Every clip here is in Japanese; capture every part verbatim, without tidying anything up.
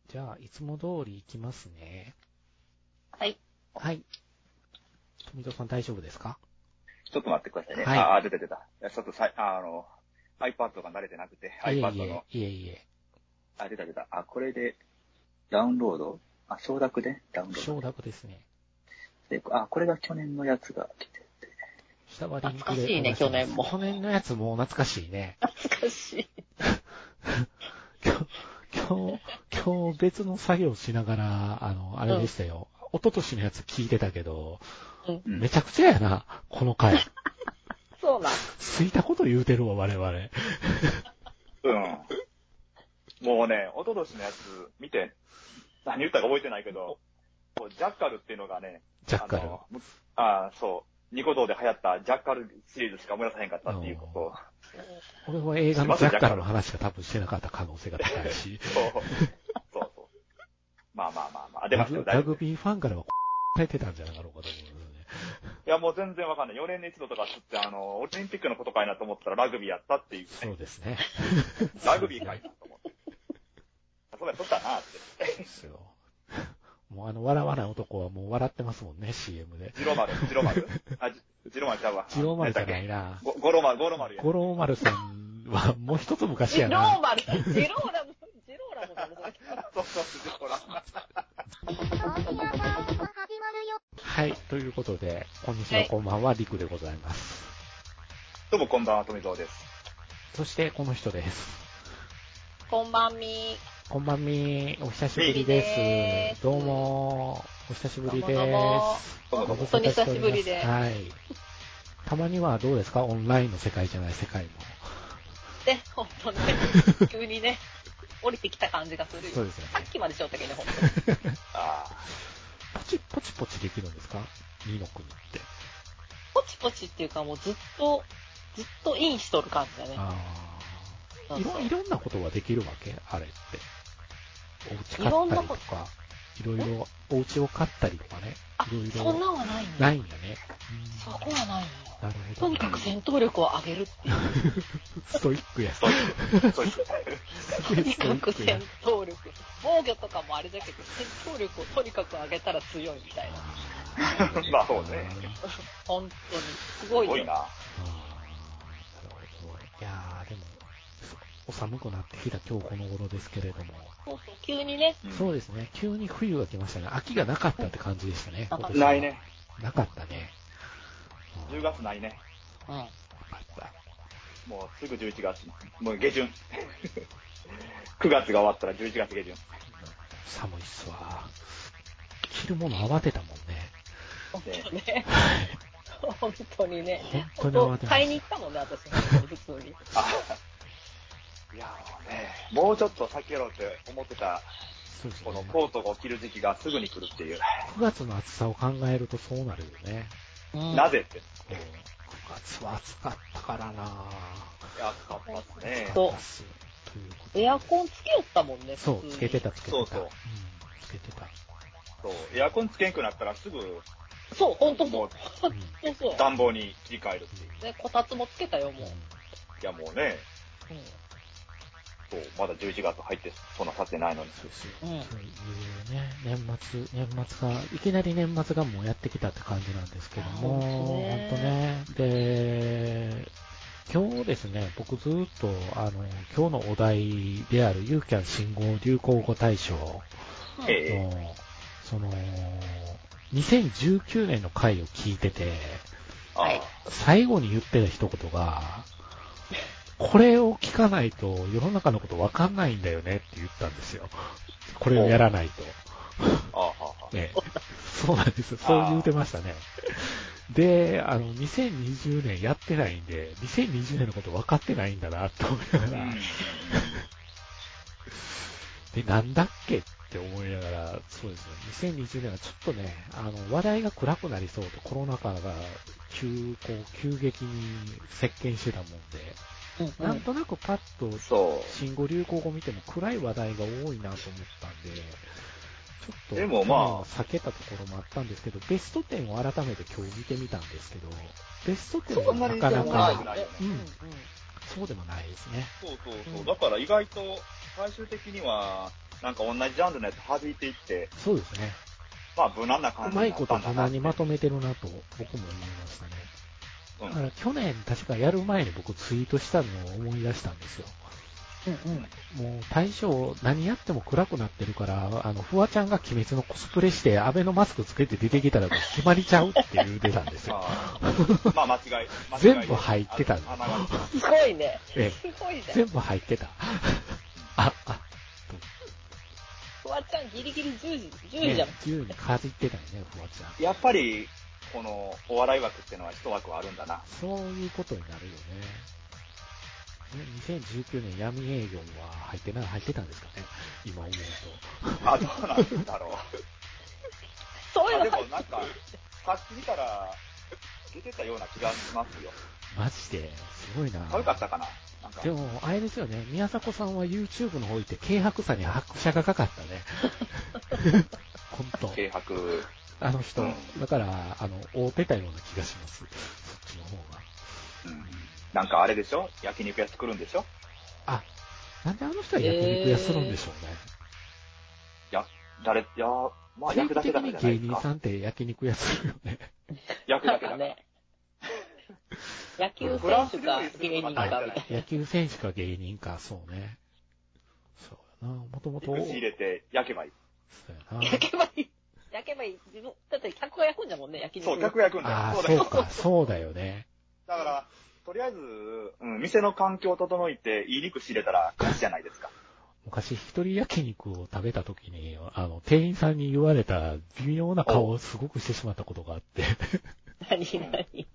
じゃあ、いつも通り行きますね。 はい。 はい。富戸さん大丈夫ですか？ ちょっと待ってくださいね。 はい、 あ、出た出た。ちょっとさあの、iPad が慣れてなくて、 いえいえ iPad の。 いえいえ。 あ、出た出た。あ、これで、ダウンロードあ、承諾でダウンロード。 承諾ですね。 で、あ、これが去年のやつが来てて。 下はリンクで。 懐かしいね、去年も。 去年のやつもう懐かしいね。 懐かしい。 今日、今日、今日別の作業しながら、あの、あれでしたよ。うん、一昨年のやつ聞いてたけど、うん、めちゃくちゃやな、この回。 そうなん。 すいたこと言うてるわ、我々。 うん。もうね、一昨年のやつ見て、何言ったか覚えてないけど、こうジャッカルっていうのがね、 ジャッカル。 ああ、そう。ニコ動で流行ったジャッカルシリーズしか思い出さへんかったっていうことを。 俺は映画のジャッカルの話が多分してなかった可能性が高いし。 そう。そうそう。まあまあまあまあ。出ましたよ、 ラグビーファンからは書いてたんじゃなかろうかと思うんですよね。 いや、もう全然わかんない。よねんに一度とかつって、あの、オリンピックのことかいなと思ったらラグビーやったっていう、ね。 そうですね。 ラグビーかいなと思って。そうや、撮ったなって。 そうですよ。もうあの、笑わない男はもう笑ってますもんね、シーエム で。 ジロマル、ジロマルあ、ジロマルちゃうわ。 ジロマルじゃないな。 ゴロマル、ゴロマルや。 ゴロマルさんはもう一つ昔やな。ジローマル、ジローラム、ジローラムだね。 そうそう、ジローラム。 はい、ということで、こんにちは、こんばんは、リクでございます。 どうもこんばんは、富蔵です。 そして、この人です。 こんばんみー。 こんばんみー、お久しぶりです。どうも、お久しぶりです。 本当に久しぶりで。 はい。たまにはどうですか？オンラインの世界じゃない世界も。 ね、本当ね。急にね、降りてきた感じがするよ。 そうですよね。 さっきまでしょったけどね、本当に。あポチポチポチできるんですか？にの国って。 ポチポチっていうかもうずっと、ずっとインしとる感じだね。 ああ。いろ、いろんなことができるわけ？あれって。お家買ったりとか、いろいろお家を買ったりとかね。いろいろ。 そんなんはないんだ。ないんだね。 そこはないのよ。 なるほど。 とにかく戦闘力を上げるっていう。 ストイックや。 ストイック。ストイック。 とにかく戦闘力。防御とかもあれだけど、戦闘力をとにかく上げたら強いみたいな。 まあそうね。 本当に。すごいよ。 すごいな。なるほど。いやー、でも、お寒くなってきた今日この頃ですけれども。 そうそう、急にね。 そうですね。急に冬が来ましたね。秋がなかったって感じでしたね。 ないね。 なかったね。 じゅうがつないね。 うん。 なかった。もうすぐじゅういちがつ。もう下旬。くがつが終わったらじゅういちがつ下旬。 寒いっすわ。着るもの慌てたもんね。 本当ね。本当にね。 本当に慌てた。 買いに行ったもんね、私。普通に。 あいやーね、もうちょっと避けろって思ってた、そうですね、このコートを着る時期がすぐに来るっていう。 くがつの暑さを考えるとそうなるよね。 うん、なぜって。くがつは暑かったからなぁ。 暑かったっすね。 そう。エアコンつけよったもんね。 そう、つけてたつけてた。 そうそう。うん、 つけてた。 そう、エアコンつけんくなったらすぐ、 そう、ほんとそう。 そうそう。暖房に切り替えるっていう。 ね、こたつもつけたよ、もう。いや、もうね。うん。そう、まだじゅういちがつ入ってそんな経ってないのに。 そうそう。うん。そういうね、年末、年末が、いきなり年末がもうやってきたって感じなんですけども、ほんとね。で、今日ですね、僕ずっと、あの、今日のお題であるユーキャン新語・流行語大賞の、えー、その、にせんじゅうきゅうねんの回を聞いてて、はい、最後に言ってた一言が、これを聞かないと世の中のこと分かんないんだよねって言ったんですよ。これをやらないと。ね、そうなんですよ。そう言うてましたね。で、あの、にせんにじゅうねんやってないんで、にせんにじゅうねんのこと分かってないんだなって思いながら、で、なんだっけって思いながら、そうですね、にせんにじゅうねんはちょっとね、あの、話題が暗くなりそうと、コロナ禍が急、こう、急激に席巻してたもんで、うんうん、なんとなくパッと、新語・流行語見ても暗い話題が多いなと思ったんで、ちょっと、 でもまあ、 避けたところもあったんですけど、ベストじゅうを改めて今日見てみたんですけど、ベストじゅうはなかなか、うん、そうでもないですね。 そうそうそう。だから意外と、最終的には、 なんか同じジャンルのやつ弾いていって、 そうですね。 まあ無難な感じうまいこと無難にまとめてるなと僕も思いましたね。 うん、 だから去年確かやる前に僕ツイートしたのを思い出したんですよ。 うんうん。 もう大将何やっても暗くなってるから、あの、フワちゃんが鬼滅のコスプレしてアベノマスクつけて出てきたら決まりちゃうって言うてたんですよ。 あまあ間違い。間違い全部入ってたんです。 すごいね。 ええ、 すごいね。 全部入ってた。あ、あ、 フワちゃんギリギリじゅうじ、じゅうじじゃん。 ね、じゅうにかじってたよね、フワちゃん。 やっぱり、このお笑い枠っていうのは一枠はあるんだな。 そういうことになるよね。にせんじゅうきゅうねん闇営業は入ってない、入ってたんですかね、今思うと。 あ、どうなんだろう。 そういうのでもなんか、さっき見たら、出てたような気がしますよ。 マジですごいな。 可愛かったかな。なんかでも、あれですよね、宮迫さんは YouTube の方行って、軽薄さに拍車がかかったね。ほんと。 軽薄。 あの人、 うん、 だから、あの、会うてたような気がします。そっちの方が。 うん。なんかあれでしょ？焼肉屋作るんでしょ？ あ、なんであの人は焼肉屋するんでしょうね。 えー、や、誰、いや、まあ定期焼くだけだ的にからじゃないですか。 芸人さんって焼肉屋するよね。 焼くだけだから。 ね。野球選手か芸人かみたいな。 野球選手か芸人か、そうね。そうやな、もともと。 肉仕入れて焼けばいい。 そうやな。 焼けばいい。焼けばいい。自分、だって客が焼くんだもんね、焼肉。 そう、客が焼くんだよ。 ああ、 そうだそうか、そうだよね。 だから、とりあえず、うん、店の環境を整えて、いい肉仕入れたら勝ちじゃないですか。 昔、一人焼肉を食べた時に、あの、店員さんに言われた微妙な顔をすごくしてしまったことがあって。 何何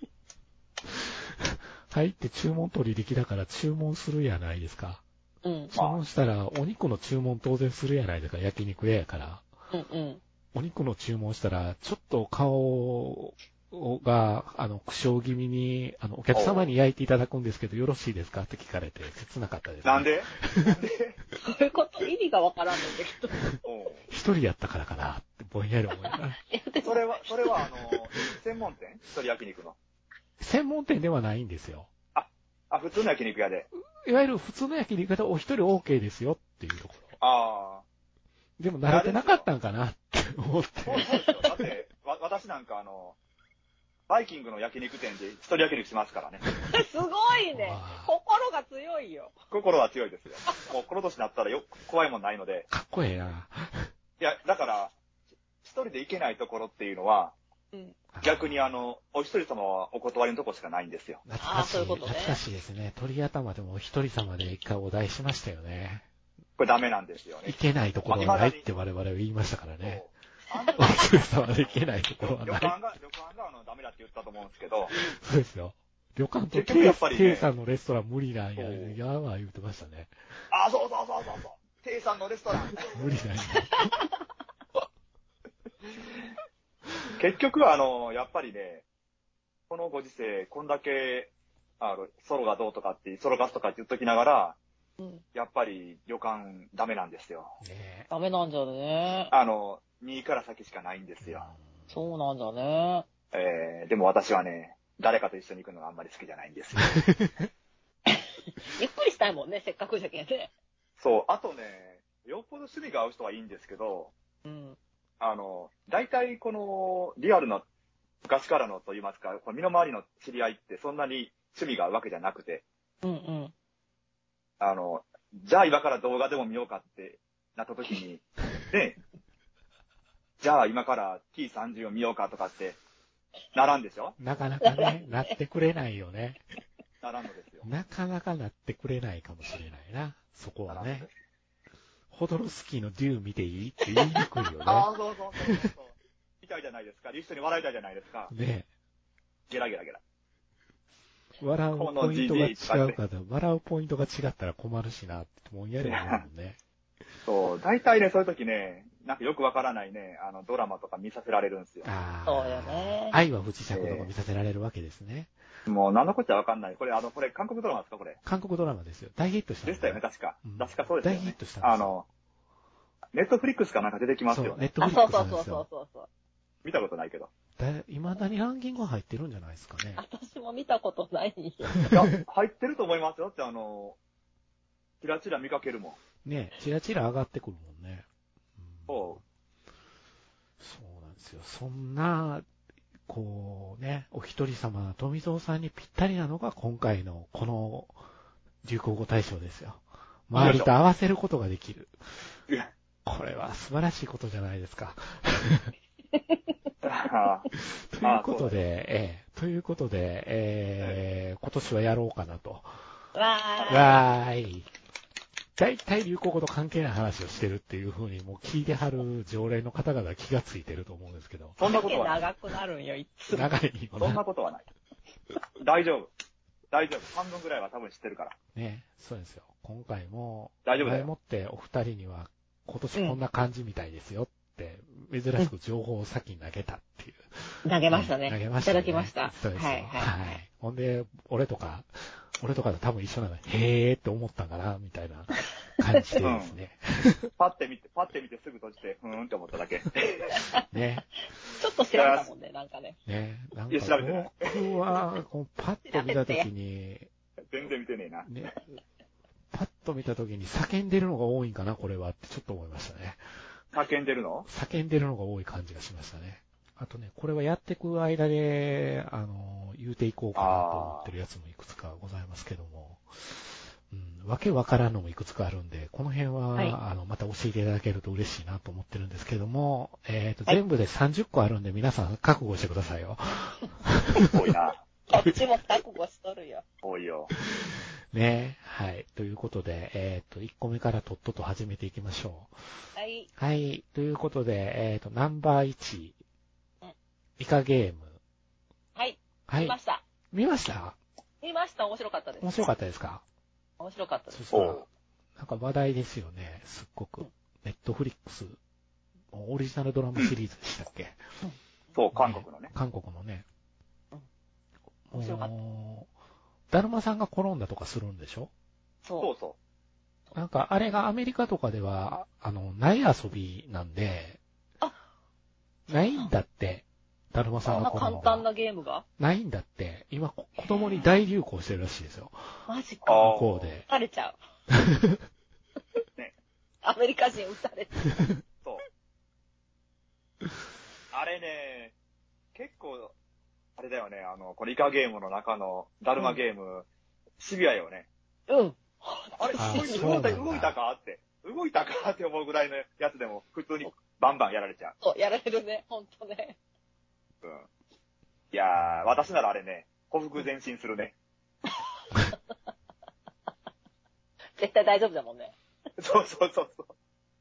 入って注文取りできだから注文するやないですか。 うん。 注文したら、お肉の注文当然するやないですか、焼肉屋やから。 うんうん。 お肉の注文したら、ちょっと顔が、あの、苦笑気味に、あの、お客様に焼いていただくんですけど、よろしいですかって聞かれて、切なかったです、ね。 なんでなんでそういうこと意味がわからんのだけど。 一人やったからかなってぼんやり思いながら。 それは、それは、あの、専門店一人焼肉の。 専門店ではないんですよ。 あ、あ、普通の焼肉屋で。 いわゆる普通の焼肉屋でお一人 OK ですよっていうところ。 ああ。 でも慣れてなかったんかなって思って。 そうですよ。だって、わ、私なんかあの、バイキングの焼肉店で一人焼肉しますからね。 すごいね。心が強いよ。 心は強いですよ。もうこの年になったらよ、怖いもんないので。 かっこええな。 いや、だから、一人で行けないところっていうのは、 うん、 逆にあの、お一人様はお断りのとこしかないんですよ。 懐かしい。 そういうことね、 懐かしいですね。鳥頭でもお一人様で一回お題しましたよね。 これダメなんですよね。 行けないところはないって我々は言いましたからね。お一人様で行けないところはない。 旅館が、旅館があの、ダメだって言ったと思うんですけど。 そうですよ。旅館と結局やっぱり、ね、 テイさんのレストラン無理なんや、やわ言ってましたね。 あ、そうそうそうそうそう。テイさんのレストラン。 無理なんや。 結局あの、やっぱりね、このご時世、こんだけ、あの、ソロがどうとかって、ソロガスとかって言っときながら、うん、やっぱり旅館ダメなんですよ。 ね、ダメなんじゃね。 あの、にいから先しかないんですよ。 そうなんだね。 えー、でも私はね、誰かと一緒に行くのがあんまり好きじゃないんですよ。 ゆっくりしたいもんね、せっかくじゃけんね。 そう、あとね、よっぽど趣味が合う人はいいんですけど、うん、あの、大体この、リアルな、昔からのと言いますか、この身の回りの知り合いってそんなに趣味が合うわけじゃなくて、 うんうん。 あの、じゃあ今から動画でも見ようかってなった時に、ね、じゃあ今から ティーさんじゅう を見ようかとかって、ならんでしょ？ なかなかね、なってくれないよね。 ならんのですよ。 なかなかなってくれないかもしれないな、そこはね。ホドロスキーのデュー見ていいって言いにくいよね。 ああ、そうそうそうそうそう。見たいじゃないですか。一緒に笑いたいじゃないですか。 ねゲラゲラゲラ。 笑うポイントが違うから、笑うポイントが違ったら困るしなって、もんやり思うもんね。 そう、大体ね、そういう時ね、なんかよくわからないね、あの、ドラマとか見させられるんですよ。 ああ。 そうよね。 愛は不時着とか見させられるわけですね。 えー、もう何のこっちゃわかんない。これ、あの、これ、韓国ドラマですか、これ。 韓国ドラマですよ。大ヒットしたんでしたよね、確か。うん、確かそうですよね。 大ヒットしたんですよ。 あの、ネットフリックスかなんか出てきますよね。 ネットフリックスなんですよ。そうそうそうそう。 見たことないけど。 いまだにランキング入ってるんじゃないですかね。 私も見たことないんよ。 いや、入ってると思いますよって、あの、チラチラ見かけるもん。ねチラチラ上がってくるもんね。 よ。そんな、こうね、お一人様、富蔵さんにぴったりなのが今回のこの流行語大賞ですよ。周りと合わせることができる。これは素晴らしいことじゃないですか。ということで、えー、ということで、えー、今年はやろうかなと。 わーい。 わーい。大体流行語と関係ない話をしてるっていう風にもう聞いてはる常連の方々気がついてると思うんですけど。 そんなことはない。 長くなるんよ、いつも。 長いよそんなことはない。大丈夫。大丈夫。半分ぐらいは多分知ってるから。 ね、そうですよ。今回も、 大丈夫だよ。 前もってお二人には今年こんな感じみたいですよって、珍しく情報を先に投げたっていう。 うん、投げましたね。 投げましたね。 いただきました。 そうですよ。 はい、はい。 はい。ほんで、俺とか、俺とかと多分一緒なの。へーって思ったんかな、みたいな感じでですね。 うん、パッて見て、パッて見てすぐ閉じて、ふーんって思っただけ。 ね。 ちょっと調べたもんね、なんかね。 ね。なんかいや、調べてない。 僕は、こうパッと見たときに、 全然見てねえな。 ね。パッと見たときに叫んでるのが多いんかな、これはってちょっと思いましたね。 叫んでるの？ 叫んでるのが多い感じがしましたね。あとね、これはやっていく間で、あの、言うていこうかなと思ってるやつもいくつかございますけども、うん、わけわからんのもいくつかあるんで、この辺は、はい、あの、また教えていただけると嬉しいなと思ってるんですけども、えっと、はい、全部でさんじゅっこあるんで、皆さん覚悟してくださいよ。 多いな。 こっちも覚悟しとるよ。 多いよ。 ね、はい。ということで、えっと、いっこめからとっとと始めていきましょう。はい。 はい。ということで、えっと、ナンバーいち、うん、イカゲーム。 はい。 はい。 見ました。 見ました見ました。面白かったです。 面白かったですか？ 面白かったです。 そうそう。なんか話題ですよね、すっごく。ネットフリックス、オリジナルドラマシリーズでしたっけ？ うん、そう、韓国のね。ね韓国のね。 うん。面白かった。 だるまさんが転んだとかするんでしょ？ そうそう。 なんか、あれがアメリカとかでは、あの、ない遊びなんで、 あ、 ないんだって、だるまさんが転んだ。 そんな簡単なゲームがないんだって、今、子供に大流行してるらしいですよ。 マジか。 向こうで。 撃たれちゃう。ね。アメリカ人撃たれちゃう。 そう。あれね、結構、あれだよね、あの、これイカゲームの中のダルマゲーム、うん、シビアよね。 うん。 あれ、動いた、動いたかって、動いたかって思うぐらいのやつでも普通にバンバンやられちゃう。 そう、やられるね、ほんとね。 うん。いやー、私ならあれね、幸福前進するね。 絶対大丈夫だもんね。 そうそうそうそう。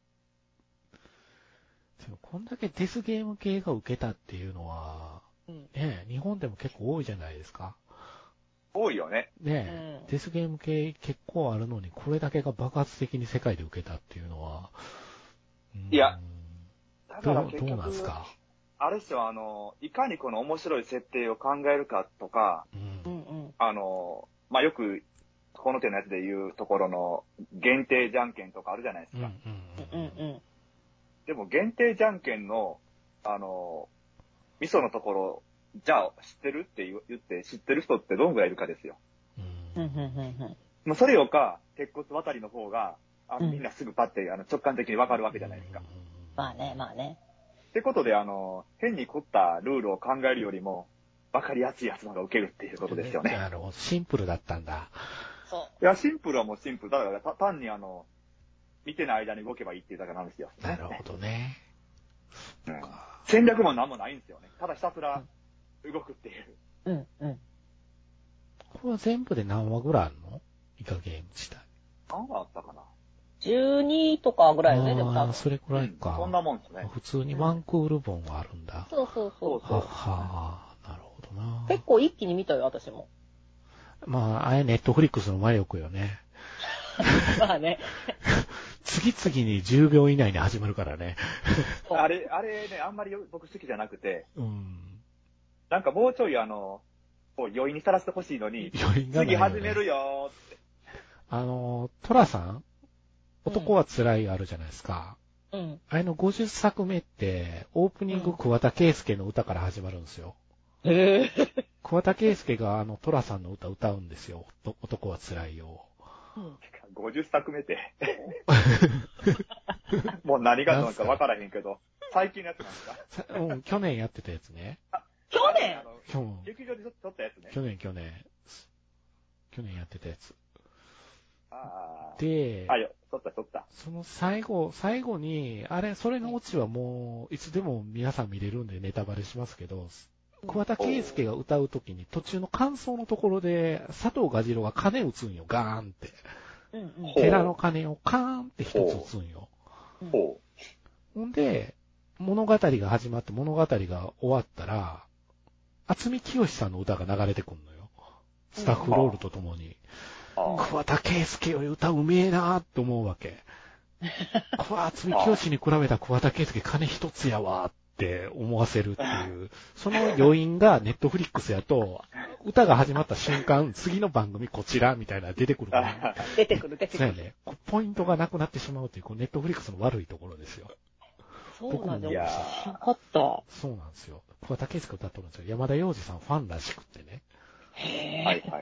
こんだけデスゲーム系が受けたっていうのは、うん、ね、日本でも結構多いじゃないですか。 多いよね。 ね、うん、デスゲーム系結構あるのに、これだけが爆発的に世界で受けたっていうのは、 うん、いや、だから結局どうなんですか？ あれっすよ、あの、いかにこの面白い設定を考えるかとか、うん、あの、まあ、よく、この手のやつで言うところの限定じゃんけんとかあるじゃないですか。うんうんうん、でも限定じゃんけんの、あの、味噌のところ、じゃあ知ってるって言って知ってる人ってどんぐらいいるかですよ。うん、まあ、それよか、鉄骨渡りの方が、あの、うん、みんなすぐパッてあの直感的にわかるわけじゃないですか。 まあね、まあね。 ってことで、あの、変に凝ったルールを考えるよりも、わかりやすいやつの方が受けるっていうことですよね。 なるほど。シンプルだったんだ。 そう。 いや、シンプルはもうシンプル。だから、単にあの、見てない間に動けばいいっていうだけなんですよ。 なるほどね。 うん、戦略も何もないんですよね。ただひたすら動くっていう。 うん、うん。 これは全部で何話ぐらいあるの？イカゲーム自体。 何話あったかな？ じゅうにとかぐらいよね、でも多分。 それくらいか、 うん。そんなもんですね。 普通にワンクール分はあるんだ。 うん、そうそうそうそう。 ははなるほどな。 結構一気に見たよ、私も。 まあ、あれネットフリックスの魔力よね。 まあね。 次々にじゅうびょう以内に始まるからね。 あれ、あれね、あんまり僕好きじゃなくて。 うん。 なんかもうちょいあの、こう余韻にさらしてほしいのに、余韻がないよね、次始めるよーって。 あの、トラさん男は辛いあるじゃないですか。 うん。 あれのごじゅっさくめって、オープニング桑田佳祐の歌から始まるんですよ。 へぇー。 桑田佳祐があのトラさんの歌歌うんですよ。男は辛いよ。 うん、ごじゅっさくめって。もう何がどうか分からへんけど。 最近のやつなんですか？ うん、去年やってたやつね。 去年去年。 劇場で撮ったやつね。 去年、去年。去年やってたやつ。 ああ。 で、 あ、よ、撮った、撮った。 その最後、最後に、あれ、それのオチはもう、いつでも皆さん見れるんでネタバレしますけど、桑田佳祐が歌うときに途中の感想のところで、佐藤蛾次郎が鐘打つんよ、ガーンって。 うんうん、 寺の鐘をカーンって一つ打つんよ。 ほほんで、物語が始まって物語が終わったら、渥美清さんの歌が流れてくんのよ。スタッフロールとともに。桑田佳祐より歌うめえなーって思うわけ。渥美清に比べた桑田佳祐金一つやわーって思わせるっていう、その余韻がネットフリックスやと、歌が始まった瞬間、次の番組こちらみたいな出てくる。 出てくる、出てくる。 そうやね。ポイントがなくなってしまうという、こうネットフリックスの悪いところですよ。 そうなんだよ。 知らなかった。 そうなんですよ。桑田佳祐歌っとるんですよ。山田洋次さんファンらしくってね。 へぇー。 はいはい。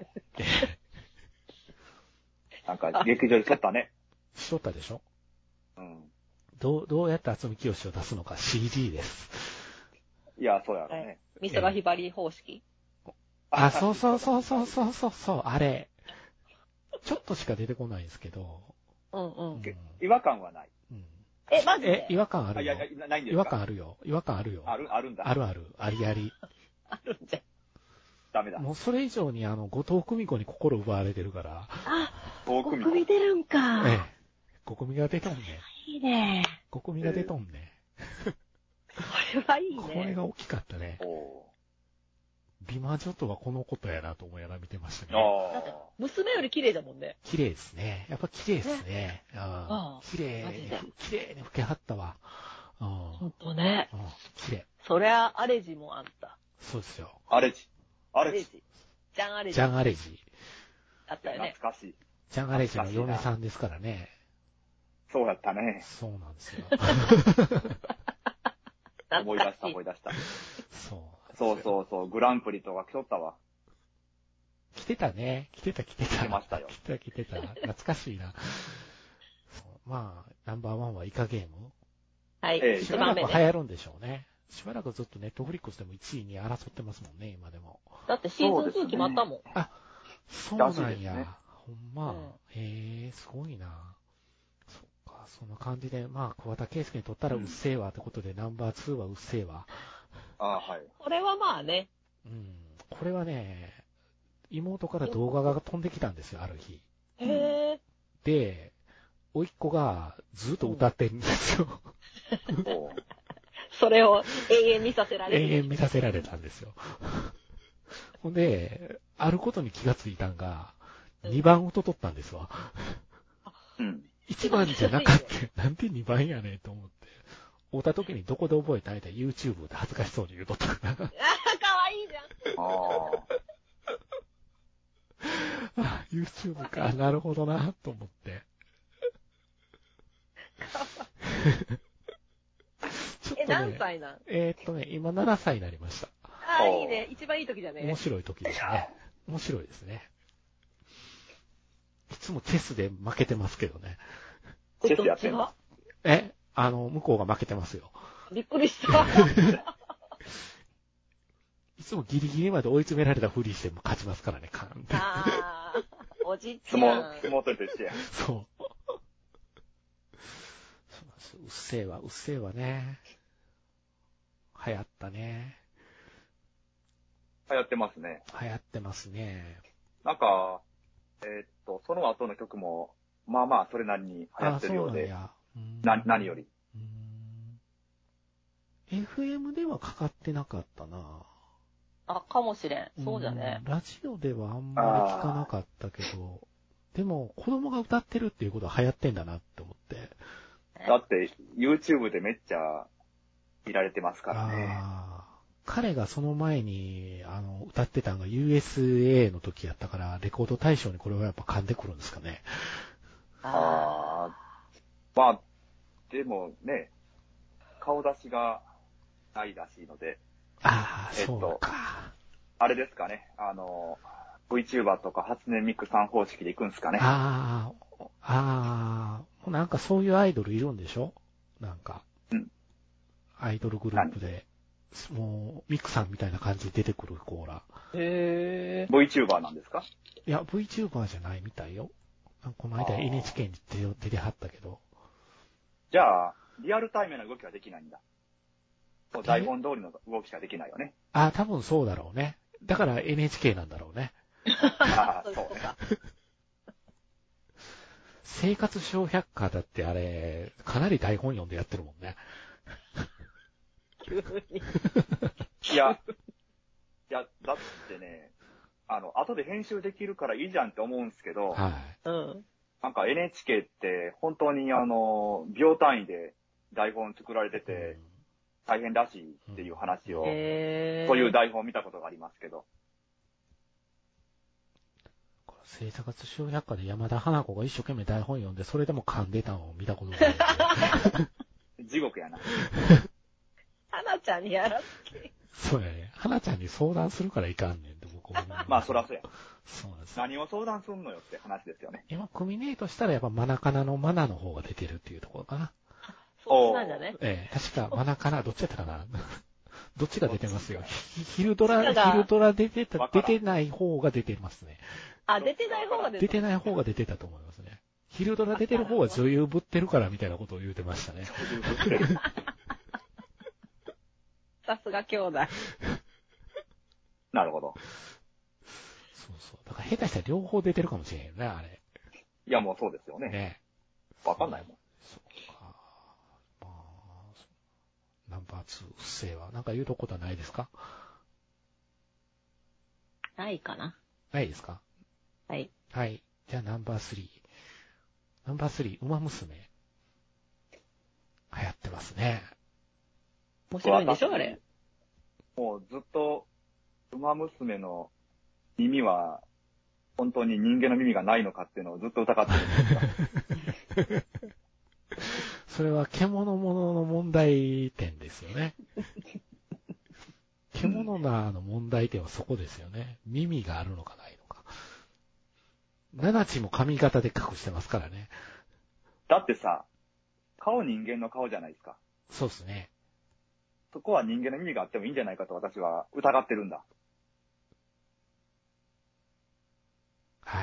なんか、劇場で撮ったね。 しとったでしょ？ うん。 どう、どうやって渥美清を出すのか シージー です。 いや、そうやろね。 美空ひばり方式、 えー、あ、そうそうそうそうそうそうそう、あれ。ちょっとしか出てこないんですけど。 うんうん。 うん、違和感はない。 うん、 え、マジで？ え、違和感あるよ。 いやいや、ないんですか？ 違和感あるよ。違和感あるよ。 ある、あるんだ。 あるある。ありあり。 あるんじゃ。 ダメだ。 もうそれ以上にあの、後藤久美子に心奪われてるから。 あ、後藤久美出るんか。 ええ。後久美が出とんね。 いいね。 後久美が出とんね。 これはいいね。 これが大きかったね。美魔女とはこのことやなと思いながら見てましたね。 だって娘より綺麗だもんね。 綺麗ですね。やっぱ綺麗ですね。ね、ああ綺麗に、綺麗に老けはったわ。 ほんとね。 綺麗。 そりゃ、アレジもあった。 そうですよ。 アレジ。アレジ。 ジャンアレジ。 ジャンアレジ。 あったよね。 懐かしい。 ジャンアレジの嫁さんですからね。 そうやったね。 そうなんですよ。 思い出した思い出した。 そう。 そうそうそう、グランプリとか来とったわ。 来てたね。来てた来てた。 来てましたよ。 来てた来てた。懐かしいな。そうまあ、ナンバーワンはイカゲーム。 はい。ええ、 しばらく流行るんでしょうね。しばらくずっとネットフリックスでもいちいに争ってますもんね、今でも。 だってシーズンツー決まったもん。ね、 あ、そうなんや。ね、ほんま。うん、へえ、すごいな。そっか、そんな感じで、まあ、桑田佳祐にとったらうっせぇわってことで、うん、ナンバーツーはうっせぇわ。 ああ、はい。 これはまあね。 うん。これはね、妹から動画が飛んできたんですよ、ある日。 へぇで、甥っ子がずっと歌ってるんですよ。 それを永遠見させられる。 永遠見させられたんですよ。ほんで、あることに気がついたんが、にばん音取ったんですわ。 うん。 いちばんじゃなかった。なんでにばんやねんと思って。会った時にどこで覚えたんやったら YouTube で恥ずかしそうに言うとったから。ああ、かわいいじゃん。 ああ。 YouTube か。なるほどな、と思って。 ちょっとね、え、何歳なん？ えー、っとね、今ななさいになりました。 ああ、いいね。一番いい時だね。 面白い時ですね。面白いですね。いつもチェスで負けてますけどね。 チェスやってんの？ えあの、向こうが負けてますよ。 びっくりした。 いつもギリギリまで追い詰められたふりしても勝ちますからね、カーンって。 ああ、おじいちゃん。 相撲、相撲取りと一緒や。 そう。うっせぇわ、うっせぇわね。流行ったね。 流行ってますね。 流行ってますね。 なんか、えー、っと、その後の曲も、まあまあ、それなりに流行ってるようで。 あ、そうなんや。な、何より。 うーん。エフエム ではかかってなかったな。 あ、かもしれん。そうじゃね。 ラジオではあんまり聞かなかったけど、でも子供が歌ってるっていうことは流行ってんだなって思って。 だって、YouTube でめっちゃ見られてますからね。 あ彼がその前に、あの、歌ってたのが ユーエスエー の時やったから、レコード大賞にこれはやっぱ噛んでくるんですかね。 ああ。まあ、でもね、顔出しがないらしいので。 ああ、えっと、そうか。 あれですかね、あの、VTuber とか初音ミクさん方式で行くんですかね。 ああ、ああ、なんかそういうアイドルいるんでしょなんか。 うん。 あアイドルグループで、もう、ミクさんみたいな感じで出てくるコーラ。 へー。VTuber なんですか？ いや、VTuber じゃないみたいよ。この間 エヌエイチケー に出出てはったけど。 じゃあ、リアルタイムな動きはできないんだ。台本通りの動きしかできないよね。 あ、多分そうだろうね。だから エヌエイチケー なんだろうね。 ああ、そうね。 生活小百科だってあれ、かなり台本読んでやってるもんね。 急に。 いや、いや、だってね、あの、後で編集できるからいいじゃんって思うんですけど、 はい。 うん。 なんか エヌエイチケー って本当にあの、秒単位で台本作られてて、大変らしいっていう話を、 へー。 そういう台本を見たことがありますけど。 生活小百科で山田花子が一生懸命台本読んで、それでも噛んでたのを見たことがあるんで。地獄やな。 花ちゃんにやらせて。 そうやね。花ちゃんに相談するからいかんねんって僕は思う。 まあ、そらそうや。 そうなんです。 何を相談すんのよって話ですよね。 今、クミネートしたらやっぱマナカナのマナの方が出てるっていうところかな。 そうなんだね。 ええ、確かマナカナ、どっちやったかな。どっちが出てますよ。ヒルドラ、ヒルドラ出てた、出てない方が出てますね。 あ、出てない方が出て出てない方が出てたと思いますね。ヒルドラ出てる方は女優ぶってるからみたいなことを言うてましたね。 女優ぶってる。 さすが兄弟。 なるほど。 そうそう。だから下手したら両方出てるかもしれへんね、あれ。 いや、もうそうですよね。 ね。 わかんないもん。 そうか。まあ、ナンバーツー、うっせぇは。なんか言うとこことはないですか？ ないかな。 ないですか？ はい。 はい。じゃあナンバースリー。ナンバースリー、ウマ娘。流行ってますね。 面白いんでしょあれ。 もうずっと、ウマ娘の耳は、本当に人間の耳がないのかっていうのをずっと疑ってるんですが。 それは獣ものの問題点ですよね。獣なの問題点はそこですよね。耳があるのかないのか。七地も髪型で隠してますからね。 だってさ、顔人間の顔じゃないですか。 そうですね。 そこは人間の耳があってもいいんじゃないかと私は疑ってるんだ。 はい。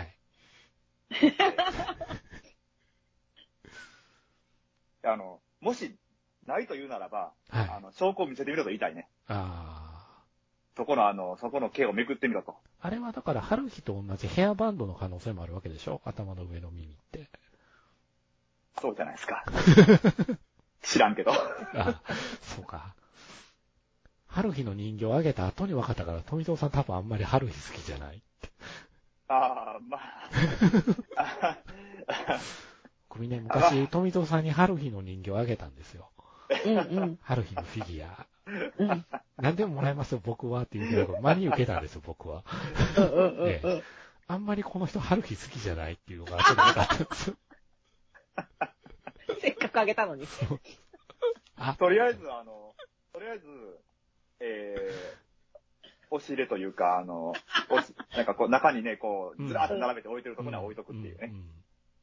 あの、もし、ないと言うならば、 はい、 あの、証拠を見せてみろと言いたいね。 ああ。 そこのあの、そこの毛をめくってみろと。 あれはだから、春日と同じヘアバンドの可能性もあるわけでしょ？頭の上の耳って。 そうじゃないですか。知らんけど。 あ、そうか。春日の人形をあげた後に分かったから、富蔵さん多分あんまり春日好きじゃない。 ああ、まあ。 僕ね、昔、富蔵さんに春日の人形をあげたんですよ。 うんうん。 春日のフィギュア。 うん。 何でももらえますよ、僕はって言うけど、真に受けたんですよ、僕は。 うんうんうん、 ええ。あんまりこの人、春日好きじゃないっていうのが後で分かったんですよ。 せっかくあげたのに。 あとりあえず、あの、とりあえず、えー、押し入れというか、あの、押しなんかこう、中にね、こう、ずらーっと並べて置いてるところには置いとくっていうね。 うんうんうん、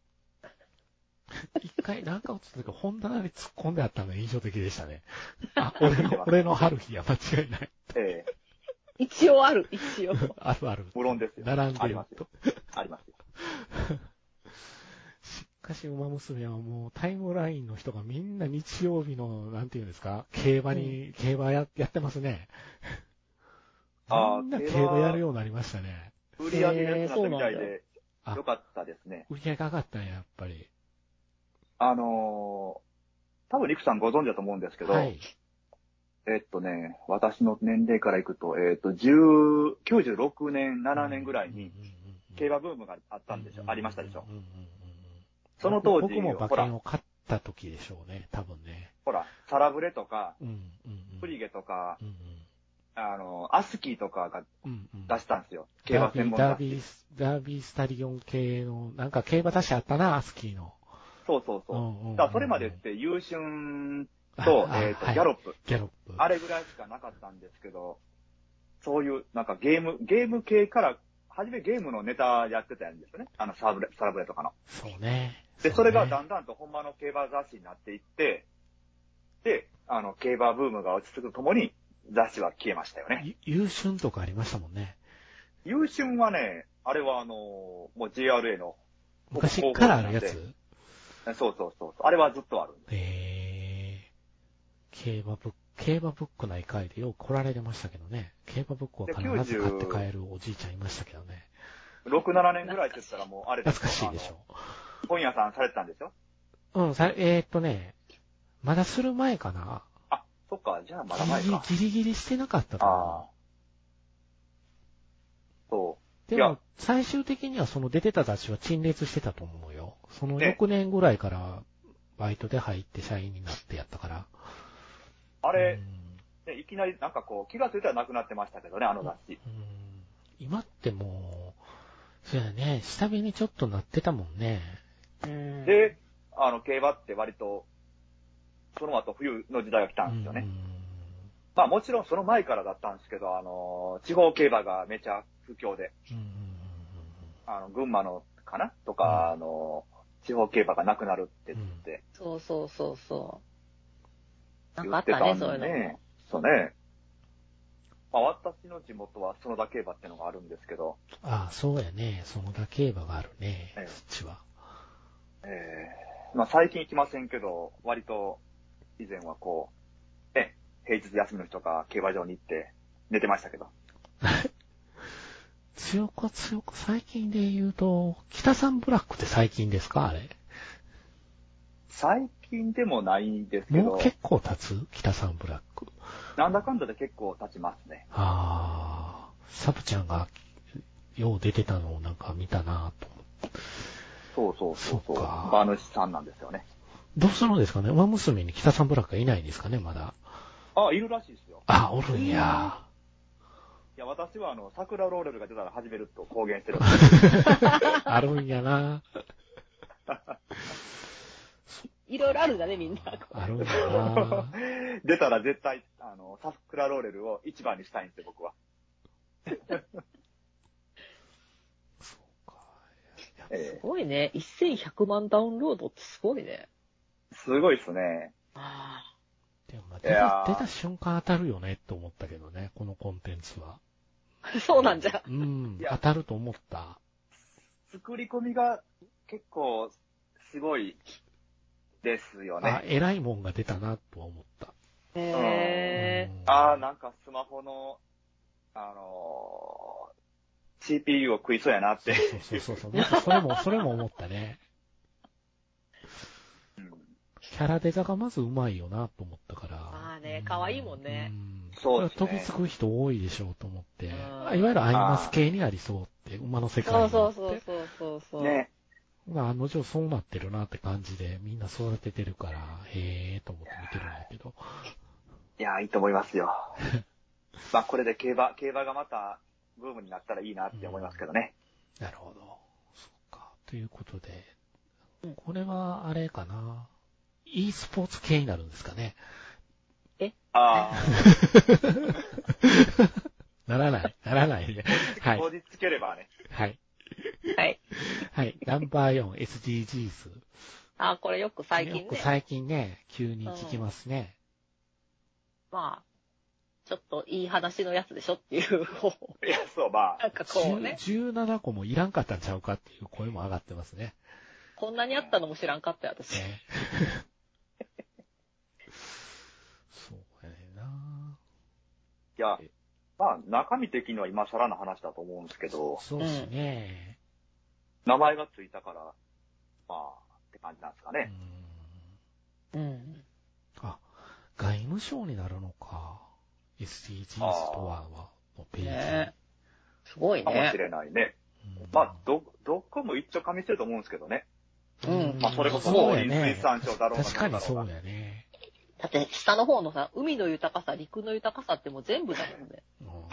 一回、なんか落ちた時、本棚に突っ込んであったのが印象的でしたね。あ、俺の、俺の春日は間違いない。 ええ。 一応ある、一応。 あるある。 無論ですよ。 並んでるありますよ。ありますよ。 しかし、馬娘はもうタイムラインの人がみんな日曜日の、なんていうんですか、競馬に、うん、競馬ややってますね。 ああ、 みんな競馬やるようになりましたね。 売り上げが良くなったみたいで、よかったですね。 売り上げ上がったんや、やっぱり。 あのー、多分リクさんご存知だと思うんですけど、はい、えっとね、私の年齢からいくと、えっと、きゅうじゅうろくねん、ななねんぐらいに、競馬ブームがあったんでしょ、ありましたでしょ。その当時、 僕も馬券を買った時でしょうね、多分ね。 ほら、サラブレとか、 うんうんうん、 プリゲとか、 うんうん、 あの、アスキーとかが出したんですよ。うんうん、競馬専門ダービー、ダービースタリオン系の、なんか競馬出しあったな、アスキーの。 そうそうそう。うんうんうん、だからそれまでって優春と、えっと、ギャロップ。 ギャロップ。 あれぐらいしかなかったんですけど、そういう、なんかゲーム、ゲーム系から、はじめゲームのネタやってたんですよね。あの、サラブレ、サラブレとかの。 そうね。 で、それがだんだんと本場の競馬雑誌になっていって、で、 あの、競馬ブームが落ち着くとともに、雑誌は消えましたよね。 優春とかありましたもんね。 優春はね、あれはあの、もう ジェイアールエー の。 昔からあるやつ？ そうそうそう。あれはずっとある。 へー。競馬ブック、競馬ブックない回でよく来られてましたけどね。競馬ブックは必ず買って帰るおじいちゃんいましたけどね。 ろく、ななねんぐらいって言ったらもうあれ懐かしいでしょ。 本屋さんされてたんでしょ？ うん、さ、えー、っとね、まだする前かな。 あ、そっか、じゃあまだ前か。 ギリギリギリしてなかったと思う。あそう。 でも、最終的にはその出てた雑誌は陳列してたと思うよ。その翌年ぐらいからバイトで入って社員になってやったから。 あれ、うん、いきなりなんかこう気がついたらなくなってましたけどね、あの雑誌。 うん、今ってもう、そうやね、下火にちょっとなってたもんね。 うん、で、あの、競馬って割と、その後冬の時代が来たんですよね。うん、まあもちろんその前からだったんですけど、あの、地方競馬がめちゃ不況で、うん、あの、群馬のかなとか、うん、あの、地方競馬がなくなるって言って。 うん、そうそうそうそう。なんかあったね、そういうのも。 そうね。まあ私の地元は園田競馬ってのがあるんですけど。 ああ、そうやね。園田競馬があるね。ええ、そっちは。 ええー、まあ最近行きませんけど、割と以前はこう、ね、平日休みの日とか競馬場に行って寝てましたけど。 強く強く最近で言うと、北三ブラックって最近ですかあれ。 最近でもないですけど。 もう結構経つ北三ブラック。 なんだかんだで結構経ちますね。 ああ、サブちゃんがよう出てたのをなんか見たなぁと思って。 そうそうそうそう。馬主さんなんですよね。 どうするんですかね馬娘に北三ブラックがいないんですかねまだ。 あ、いるらしいですよ。 あ、おるんや。 いや、私はあの、桜ローレルが出たら始めると公言してる。 あるんやな。 いろいろあるんだね、みんな。 あるんだな。 出たら絶対、あの、桜ローレルを一番にしたいんですよ、僕は。 そうか。すごいね。せんひゃくまんダウンロードってすごいね。 すごいっすね。 ああ。 でもまあ出た、出た瞬間当たるよねって思ったけどね、このコンテンツは。 そうなんじゃ。 うん、当たると思った。 作り込みが結構すごいですよね。 あ、偉いもんが出たなとは思った。 へー。ああ、なんかスマホの、あのー、シーピーユー を食いそうやなって。 そうそうそうそう。まずそれも、それも思ったね。うん、キャラデザがまず上手いよなと思ったから。 まあね、可愛いもんね。 うん、 そうですね。 飛びつく人多いでしょうと思って。いわゆるアイマス系にありそうって、馬の世界に。 そうそうそうそうそう。 ね。 まあ、案の定そうなってるなって感じで、みんな育ててるから、へーと思って見てるんだけど。 いやー、いいと思いますよ。まあ、これで競馬、競馬がまたブームになったらいいなって思いますけどね。 うん、なるほど。そうか。ということで、これはあれかな。e スポーツ系になるんですかね。 えああ。 ならない。ならないね。はい。 当日つければね。 はい。 はい。 はい。ナンバーよん、エスディージーズ。 あ、これよく最近ね。 よく最近ね、急に聞きますね。 うん、まあ、ちょっといい話のやつでしょっていう方。いや、そう、まあ。 なんかこうね。 じゅうななこもいらんかったんちゃうかっていう声も上がってますね。 こんなにあったのも知らんかったよ、私。ね、 そうやねんな。 いや、まあ、中身的には今更の話だと思うんですけど。 そうですね、 うん。名前がついたから、まあ、って感じなんですかね。 うん。うん。 あ、外務省になるのか。エスディージーズ ストアは、のページ。ね、 すごいね。 かもしれないね。うん、まあ、ど、どこも一丁噛みしてると思うんですけどね。うん。まあ、それこそ農林水産省だろうが。 確かにそうやね。 だって下の方のさ、海の豊かさ、陸の豊かさってもう全部だもんね。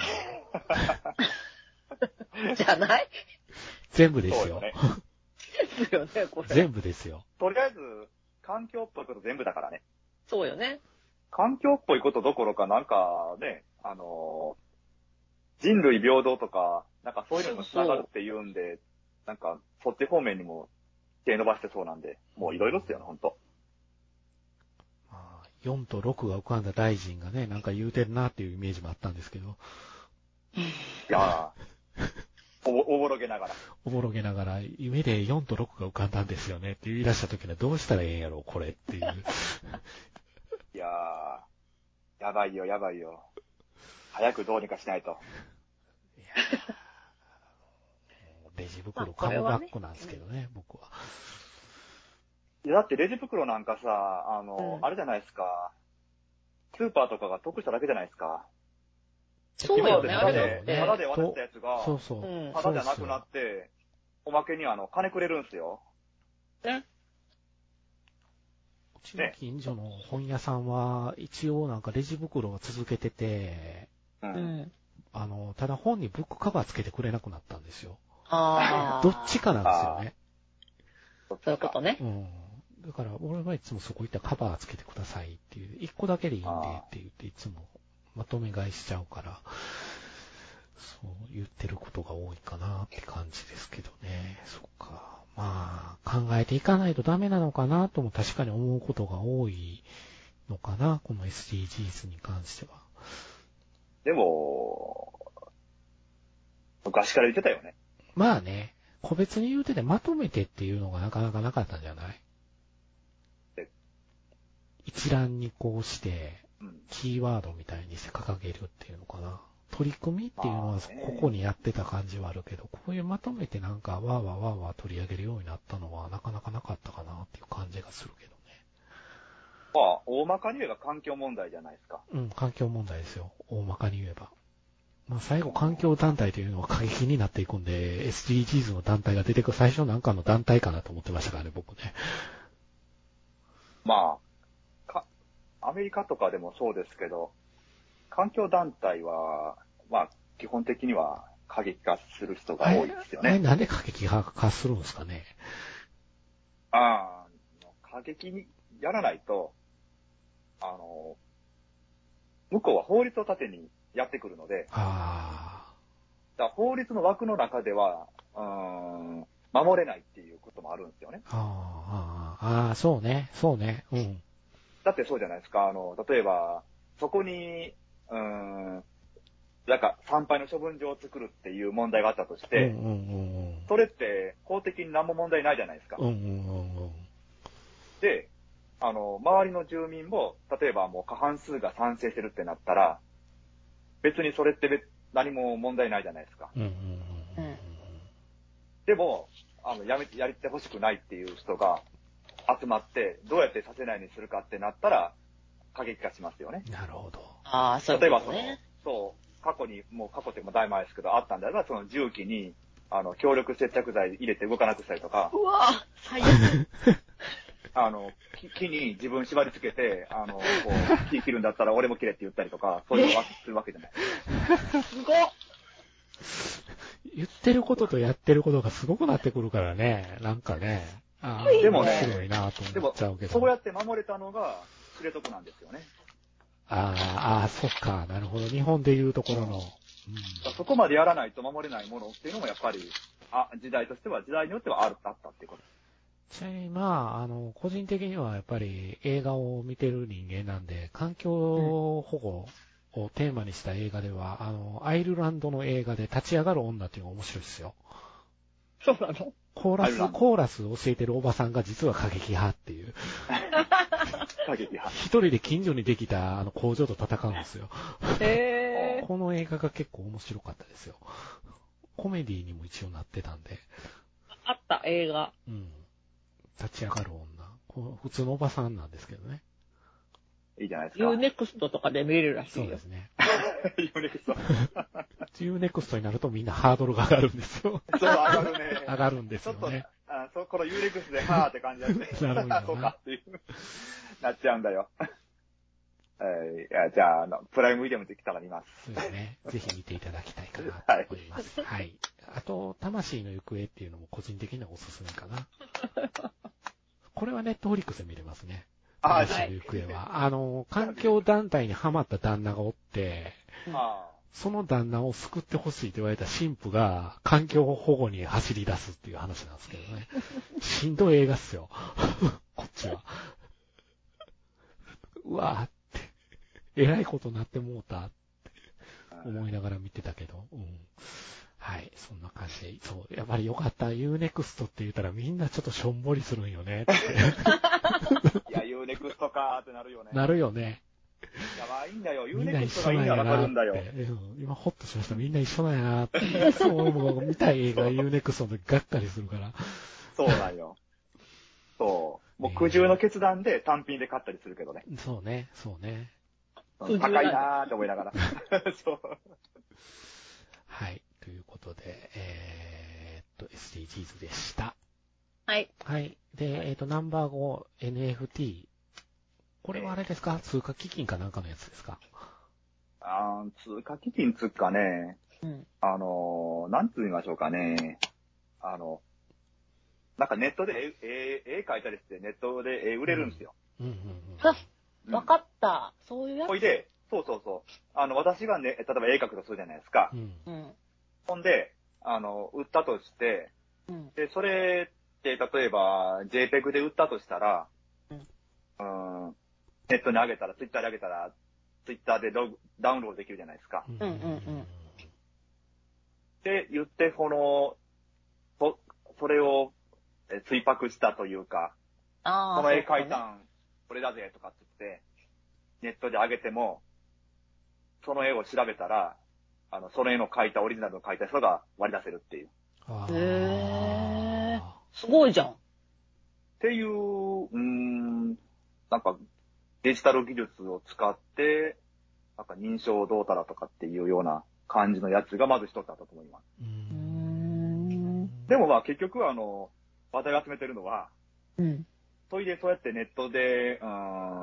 じゃない全部ですよ。 ね、 全部よね、これ。 全部ですよ。 とりあえず、環境っぽいこと全部だからね。 そうよね。 環境っぽいことどころか、なんかね、あのー、人類平等とか、なんかそういうのにも繋がるって言うんで、そうそうなんかそっち方面にも手伸ばしてそうなんで、もういろいろっすよね、ほんと。 まあ、 よんとろくが浮かんだ大臣がね、なんか言うてるなっていうイメージもあったんですけど。 いやー、お、おぼろげながら。 おぼろげながら、夢でよんとろくが浮かんだんですよねって言い出した時にはどうしたらええんやろ、これっていう。 いやー、やばいよ、やばいよ。早くどうにかしないと。 いやレジ袋カムバックなんですけどね、ね僕は。 いや、だってレジ袋なんかさ、あの、うん、あれじゃないですか。スーパーとかが得しただけじゃないですか。 そうよね、 今までタダで渡したやつが、 そうそう。 タダじゃなくなって、おまけにあの、金くれるんすよ。 えうちの近所の本屋さんは、一応なんかレジ袋は続けてて、 うん、 あの、ただ本にブックカバーつけてくれなくなったんですよ。 ああ。 どっちかなんですよね。 そういうことね。 うん。だから、俺はいつもそこ行ったらカバーつけてくださいっていう、一個だけでいいんでって言って、いつもまとめ買いしちゃうから、そう言ってることが多いかなって感じですけどね。そっか。まあ、考えていかないとダメなのかなとも確かに思うことが多いのかな、この エスディージーズ に関しては。 でも、昔から言ってたよね。 まあね、個別に言うててまとめてっていうのがなかなかなかったんじゃない？一覧にこうして、キーワードみたいにして掲げるっていうのかな。取り組みっていうのはここにやってた感じはあるけど、こういうまとめてなんかわーわーわーわー取り上げるようになったのはなかなかなかったかなっていう感じがするけどね。 まあ、大まかに言えば環境問題じゃないですか。 うん、環境問題ですよ。大まかに言えば。まあ最後環境団体というのは過激になっていくんで、エスディージーズ の団体が出てくる最初なんかの団体かなと思ってましたからね、僕ね。 まあ、か、アメリカとかでもそうですけど、環境団体は、まあ、基本的には過激化する人が多いですよね。 あれなんで過激化するんですかね。 ああ、過激にやらないと、あの、向こうは法律を盾にやってくるので、 あだ法律の枠の中では、うーん、守れないっていうこともあるんですよね。 ああ、ああ、そうね、そうね、うん。 だってそうじゃないですか。あの、例えば、そこに、うーん、なんか参拝の処分場を作るっていう問題があったとして、 うんうんうんうん、 それって法的に何も問題ないじゃないですか。 うんうんうんうん、 で、あの、周りの住民も、例えばもう過半数が賛成してるってなったら、別にそれって別何も問題ないじゃないですか。 うんうんうんうん、 でも、あの、やめ、やりてほしくないっていう人が集まって、どうやってさせないようにするかってなったら、過激化しますよね。 なるほど。 ああ、そういうことね。 例えばその、そう、過去に、もう過去ってもだいぶ前ですけど、あったんであれば、その重機に、あの、強力接着剤入れて動かなくしたりとか。 うわぁ、最悪。 あの、木に自分縛り付けて、あの、こう、木切るんだったら俺も切れって言ったりとか、そういうのをするわけじゃない。 すごっ。 言ってることとやってることがすごくなってくるからね、なんかね。ああ、 でもね、 面白いなと思っちゃうけど。 そうやって守れたのが、知床なんですよね。 ああ、ああ、そっか、なるほど。日本でいうところの。うんうん、 そこまでやらないと守れないものっていうのもやっぱり、あ、時代としては、時代によってはある、あったっていうこと。 ちなみに、まあ、あの、個人的にはやっぱり映画を見てる人間なんで、環境保護をテーマにした映画では、うん、あの、アイルランドの映画で立ち上がる女っていうのが面白いですよ。 そうなの？ コーラス、コーラスを教えてるおばさんが実は過激派っていう。 過激派。 一人で近所にできたあの工場と戦うんですよ。 へー。 この映画が結構面白かったですよ。コメディにも一応なってたんで。 あった映画。 うん。立ち上がる女。普通のおばさんなんですけどね。 いいじゃないですか。 ユーネクストとかで見れるらしいよ。 そうですね。 ユーネクスト。 ユーネクストになるとみんなハードルが上がるんですよ。 そう、上がるね。 上がるんですよね。 ちょっと、あそこのユーネクストではーって感じだって。 なるほど。 そうかっていう。なっちゃうんだよ。えー、じゃあ、あの、プライムビデオで来たら見ます。 そうですね。ぜひ見ていただきたいかなと思います。はい。はい、あと、魂の行方っていうのも個人的にはおすすめかな。これはネットフリックスで見れますね。魂の行方は。あの、環境団体にハマった旦那がおって、 あその旦那を救ってほしいと言われた神父が環境保護に走り出すっていう話なんですけどね。しんどい映画っすよ。こっちは。 うわーって、えらいことなってもうたって思いながら見てたけど、うん。はい、そんな感じで、そう、やっぱりよかった、ユーネクストって言ったらみんなちょっとしょんぼりするんよねって。 いや、ユーネクストかーってなるよね。 なるよね。 いや、まあいいんだよ。ユみんーネクスな一緒なんトがいいんだやなって。 わかるんだよ。 今ホッとしました。みんな一緒なんやなって。そう、僕見たい映画ユーネクストでがっかりするから。 そうなんよ。そう。もう苦渋の決断で単品で買ったりするけどね。 そうね、そうね。 高いなーって思いながら。そう。 はい。ということで、えー、っと、エスディージーズ でした。 はい。 はい。で、えー、っと、ナンバーご、エヌエフティー。これはあれですか、通貨基金かなんかのやつですか？ あー、通貨基金つっかね、うん、あのー、なんつ言いましょうかね。あの、なんかネットで絵、絵、絵描いたりしてネットで絵売れるんですよ。 うんうんうんうん、あ、わかった。そういうやつ。 ほいで、そうそうそう。あの、私がね、例えば絵描くとするじゃないですか。うん。ほんで、あの、売ったとして、うん、で、それって、例えば、ジェイペグ で売ったとしたら、うん、うんネットに上げたら、ツイッターで上げたら、ツイッターでダウンロードできるじゃないですか。うんうんうん。で、言って、この、そ、それを追泊したというか、あこの絵描いたん、これだぜとかって言って、ネットで上げても、その絵を調べたら、あの、その絵の描いた、オリジナルの描いた人が割り出せるっていう。 へー。すごいじゃん。 っていう、うーん、なんか、デジタル技術を使って、なんか認証どうたらとかっていうような感じのやつがまず一つあったと思います。うーんでもまあ結局あの、話題を集めてるのは、うん。それでそうやってネットで、うん、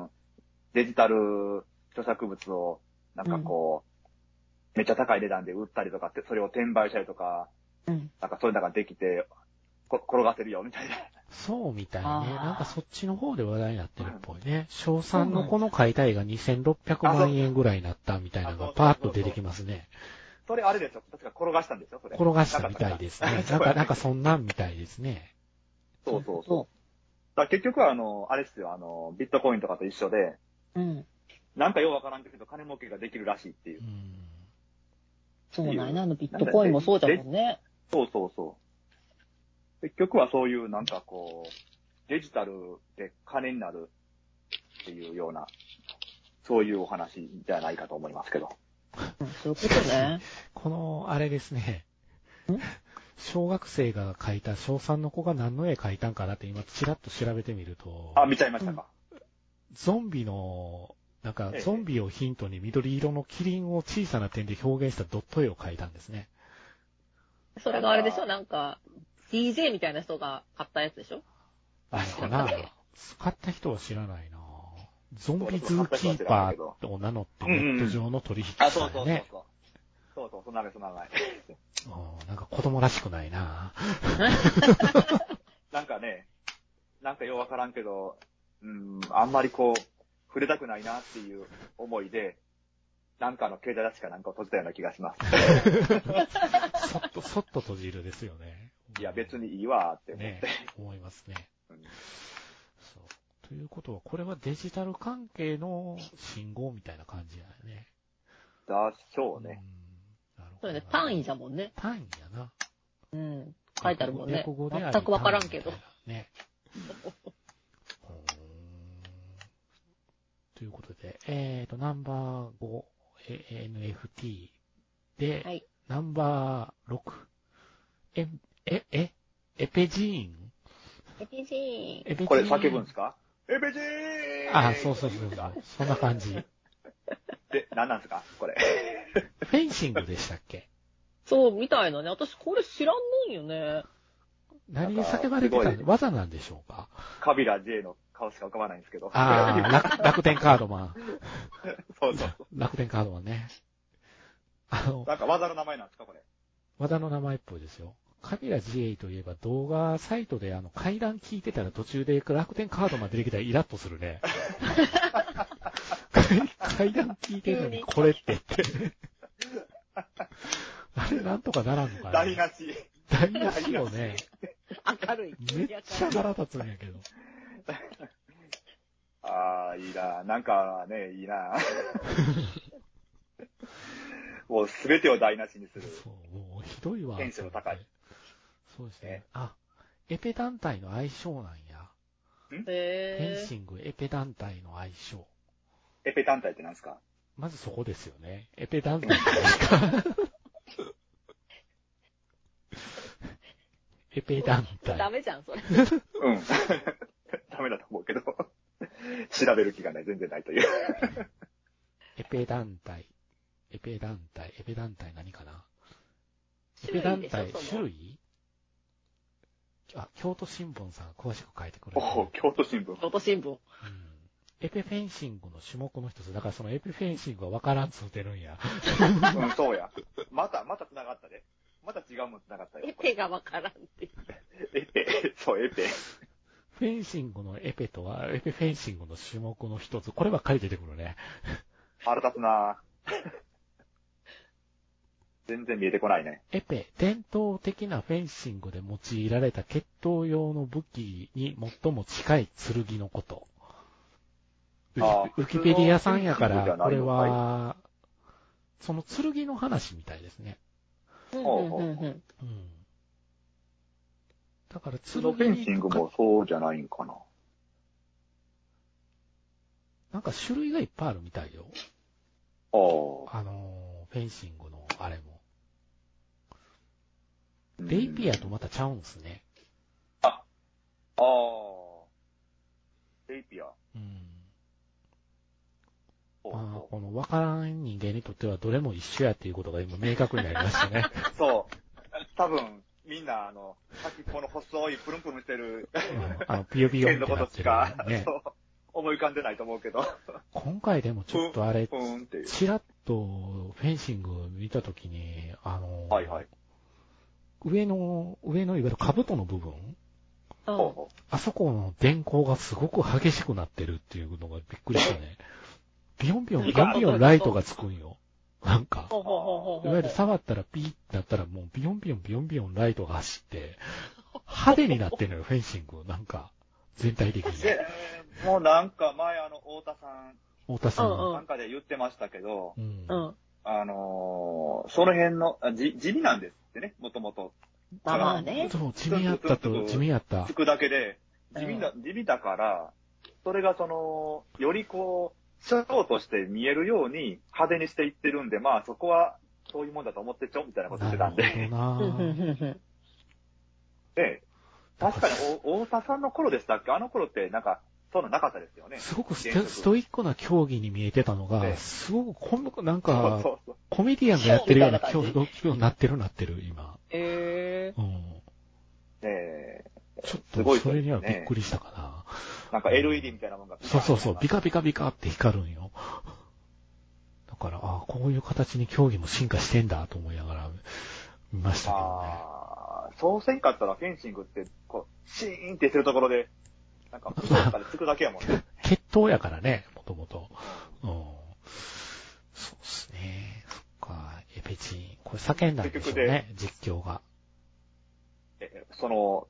デジタル著作物をなんかこう、うん、めっちゃ高い値段で売ったりとかって、それを転売したりとか、うん、なんかそういうのができて、こ転がせるよみたいな。 そうみたいね。なんかそっちの方で話題になってるっぽいね。小さんのこの解体がにせんろっぴゃくまんえんぐらいになったみたいなのがパーッと出てきますね。 それあれですよ。確か転がしたんですよ、それ。 転がしたみたいですね。なんか、なんかそんなんみたいですね。 そうそうそう。だ結局はあの、あれですよ、あの、ビットコインとかと一緒で、うん。なんかようわからんけど金儲けができるらしいっていう。うん。 そうなんや、あのビットコインもそうだもんね。 そうそうそう。結局はそういうなんかこう、デジタルで金になるっていうような、そういうお話じゃないかと思いますけど。 うん、そういうことね。 この、あれですね。小学生が描いた、小さんの子が何の絵描いたんかなって今ちらっと調べてみると。 あ、見ちゃいましたか。 ゾンビの、なんかゾンビをヒントに緑色のキリンを小さな点で表現したドット絵を描いたんですね。 それがあれでしょなんか、ディージェー みたいな人が買ったやつでしょあのかな買った人は知らないなゾンビズーキーパーを名乗ってネット上の取引先、ね。あ、そうそうそうそう。そうそう、その名前、その名前。 なんか子供らしくないななんかね、なんかようわからんけど、うん、あんまりこう、触れたくないなっていう思いで、なんかの経済雑誌かなんかを閉じたような気がします。 そっと、そっと閉じるですよね。 いや、別にいいわーって思って。ね、 思いますね、うん。そう。ということは、これはデジタル関係の信号みたいな感じだよね。 だしょうね。 うん、なるほどね。単位だもんね。 単位やな。 うん。書いてあるもんね。全くわからんけど。ね。 ということで、えっと、ナンバーご、エヌエフティー で、はい、ナンバーろく、え、え、え、エペジーンエペジーン。 エペジーン。これ叫ぶんですか？エペジーン。 あ、そうそうそうそう。そんな感じ。 で、何なんですかこれ。 フェンシングでしたっけ？ そう、みたいなね。私これ知らんのんよね。 何に叫ばれてたの？技なんでしょうか？ カビラ J の顔しか浮かばないんですけど。 ああ、楽、楽天カードマン。 そうそうそう。 楽天カードマンね。 あの、なんか技の名前なんですかこれ。 技の名前っぽいですよ。カビラ ジェー といえば動画サイトであの階段聞いてたら途中で楽天カードマン出てきたらイラッとするね。階段聞いてるのにこれって言って。あれなんとかならんのかな。 台無し。 台無しよね。 明るい。 めっちゃ腹立つんやけど。 ああ、いいな。なんかね、いいな。もうすべてを台無しにする。 そう、もうひどいわ。 テンションの高い。 そうですね。あ、エペ団体の相性なんや。 へフェンシング、エペ団体の相性。 エペ団体って何ですか？ まずそこですよね。エペ団体って何ですか？エペ団体。 ダメじゃん、それ。 うん。ダメだと思うけど。調べる気がない、全然ないという。 エペ団体。エペ団体。エペ団体何かな？エペ団体、種類？あ、京都新聞さん詳しく書いてくれてる。 お京都新聞。 京都新聞。うん。 エペフェンシングの種目の一つ。だからそのエペフェンシングは分からんつうてるんや。 うん、そうや。また、また繋がったで。また違うもん繋がったよ。 エペが分からんって。 エペ、そう、エペ。 フェンシングのエペとは、エペフェンシングの種目の一つ。こればっかり出てくるね。 腹立つな全然見えてこないね。 エペ、伝統的なフェンシングで用いられた決闘用の武器に最も近い剣のこと。ウィキ、ウィキペディアさんやから、これは、その剣の話みたいですね。 うんうんうんうん。 だから剣のフェンシングもそうじゃないんかな。 なんか種類がいっぱいあるみたいよ。 ああの、フェンシングのあれも。レイピアとまたちゃうんすね。 あ、ああ。レイピア。 うん。まあ、この分からん人間にとってはどれも一緒やっていうことが今明確になりましたね。 そう。多分、みんな、あの、先っぽの細いプルンプルンしてる、 うん、あの、ピヨピヨってなってる、ね。 のことしか、そう、思い浮かんでないと思うけど。 今回でもちょっとあれ、 うんっていう、 ちらっとフェンシング見たときに、あの、 はいはい。 上の、上のいわゆる兜の部分、 うん、 あそこの電光がすごく激しくなってるっていうのがびっくりしたね。ビヨンビヨン、ビヨンビヨンライトがつくんよ。なんか、いわゆる触ったらピーってなったらもうビヨンビヨンビヨンビヨンライトが走って、派手になってるのよ、フェンシング。なんか、全体的に。 もうなんか前あの、太田さん。 太田さん。 なんかで言ってましたけど、 うん、 あのー、その辺の、じ地味なんですってね、もともと。 まあね。 そう、地味やったと、地味やった。 つくだけで、地味だ、地味だから、それがその、よりこう、ショーとして見えるように派手にしていってるんで、まあそこはそういうもんだと思ってちょみたいなこと言ってたんで。 なるほどなで、確かにお太田さんの頃でしたっけ？あの頃ってなんか、そういうのなかったですよね。 すごくスト、ストイックな競技に見えてたのが、ね、すごくこんなんか、そうそうそう、コメディアンがやってるような競技になってるなってる、今。 へー。うん。 えー、ちょっとそれにはびっくりしたかな。 なんか エルイーディー みたいなもんが、 そうそうそう、ビカビカビカって光るんよ。だから、ああ、こういう形に競技も進化してんだと思いながら見ましたけどね。 ああ、そうせんかったらフェンシングって、こう、シーンってするところで、なんか、そうかでつくだけやもんね。 決闘やからね、もともと。うん。そうっすね。そっか、エペチン。これ叫んだんでしょうね、実況が。 え、その、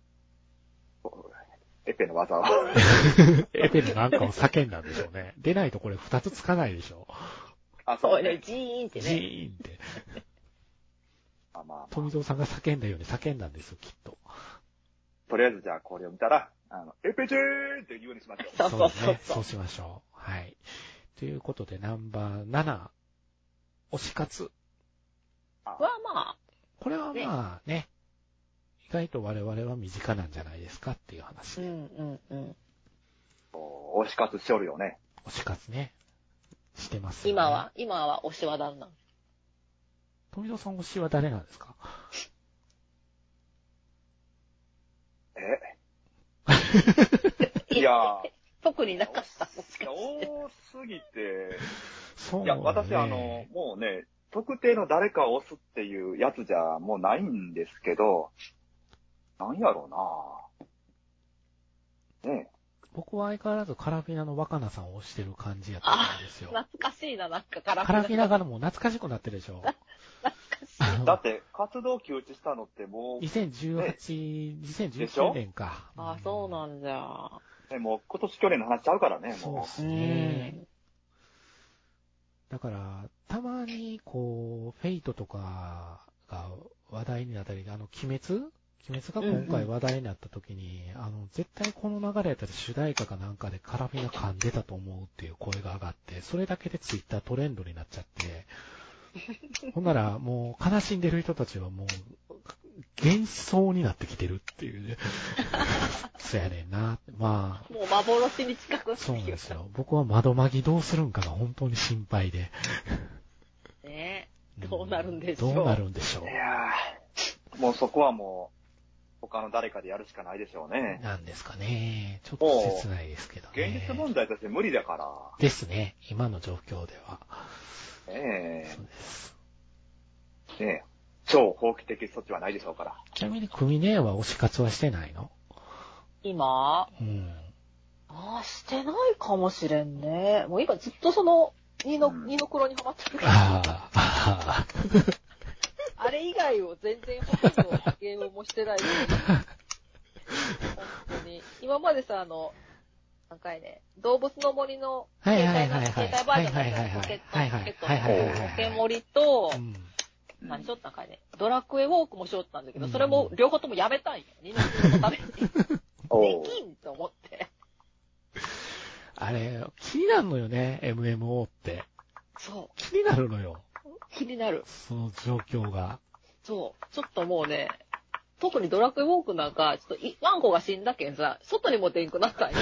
エペの技を。 エペのなんかを叫んだんでしょうね。出ないとこれ二つつかないでしょ。 あ、そうね。ジーンってね。 ジーンって。あまあ、富蔵さんが叫んだように叫んだんですよ、きっと。 とりあえずじゃあこれを見たら、あの、エペチーンって言うようにしましょう。 そうですね。そうしましょう。はい。ということで、ナンバーなな、推し活。 はまあ。 これはまあね、意外と我々は身近なんじゃないですかっていう話。 うんうんうん。 推し活しおるよね。 推し活ね。してます、ね。 今は、今は推しは誰なの？ 富蔵さん推しは誰なんですか？ えいや特になかった。 多すぎて、 そうね、 いや、私あの、もうね、特定の誰かを押すっていうやつじゃもうないんですけど、なんやろうなねえ。 僕は相変わらずカラフィナの若菜さんを推してる感じやったんですよ。 懐かしいな、なんかカラフィナ。 カラフィナがもう懐かしくなってるでしょ。 懐かしい。 だって活動休止したのってもう。 にせんじゅうはち、ね、にせんじゅうきゅうねんか。 ああ、そうなんだ。 ね、もう今年去年の話ちゃうからね、もう。 そうですね。だから、たまに、こう、フェイトとかが話題になったり、あの、鬼滅鬼滅が今回話題になった時に、うんうん、あの、絶対この流れやったら主題歌かなんかでカラビナ噛んでたと思うっていう声が上がって、それだけでツイッタートレンドになっちゃって、ほんならもう悲しんでる人たちはもう幻想になってきてるっていうね。そうやねんな。まあ。もう幻に近くなってきてる。 そうなんですよ。僕は窓マギどうするんかが本当に心配で。 ねえ。どうなるんでしょう。 どうなるんでしょう。 いやー、もうそこはもう、他の誰かでやるしかないでしょうね。 なんですかね。ちょっと切ないですけどね。 現実問題として無理だから。 ですね。今の状況では。 ええー。 そうです。 ねえ。超法規的措置はないでしょうから。 ちなみに、組姉は推し活はしてないの？ 今うん。 ああ、してないかもしれんね。もう今ずっとその、二の、うん、二の黒にハマってるから。ああ。あれ以外を全然ほとんどゲームもしてないし。本当に。今までさ、あの、なんかね、動物の森の携帯の、携帯バージョンのポケット、ポケットのポケモリと、何しよったんかね、ドラクエウォークもしよったんだけど、それも両方ともやめたんよ。二の黒のために。できんと思って。 あれ、気になるのよね、エムエムオー って。 そう。 気になるのよ。 気になる。 その状況が。 そう。ちょっともうね、特にドラクエウォークなんか、ちょっとワンコが死んだけんさ、外にも出んくなったんよ。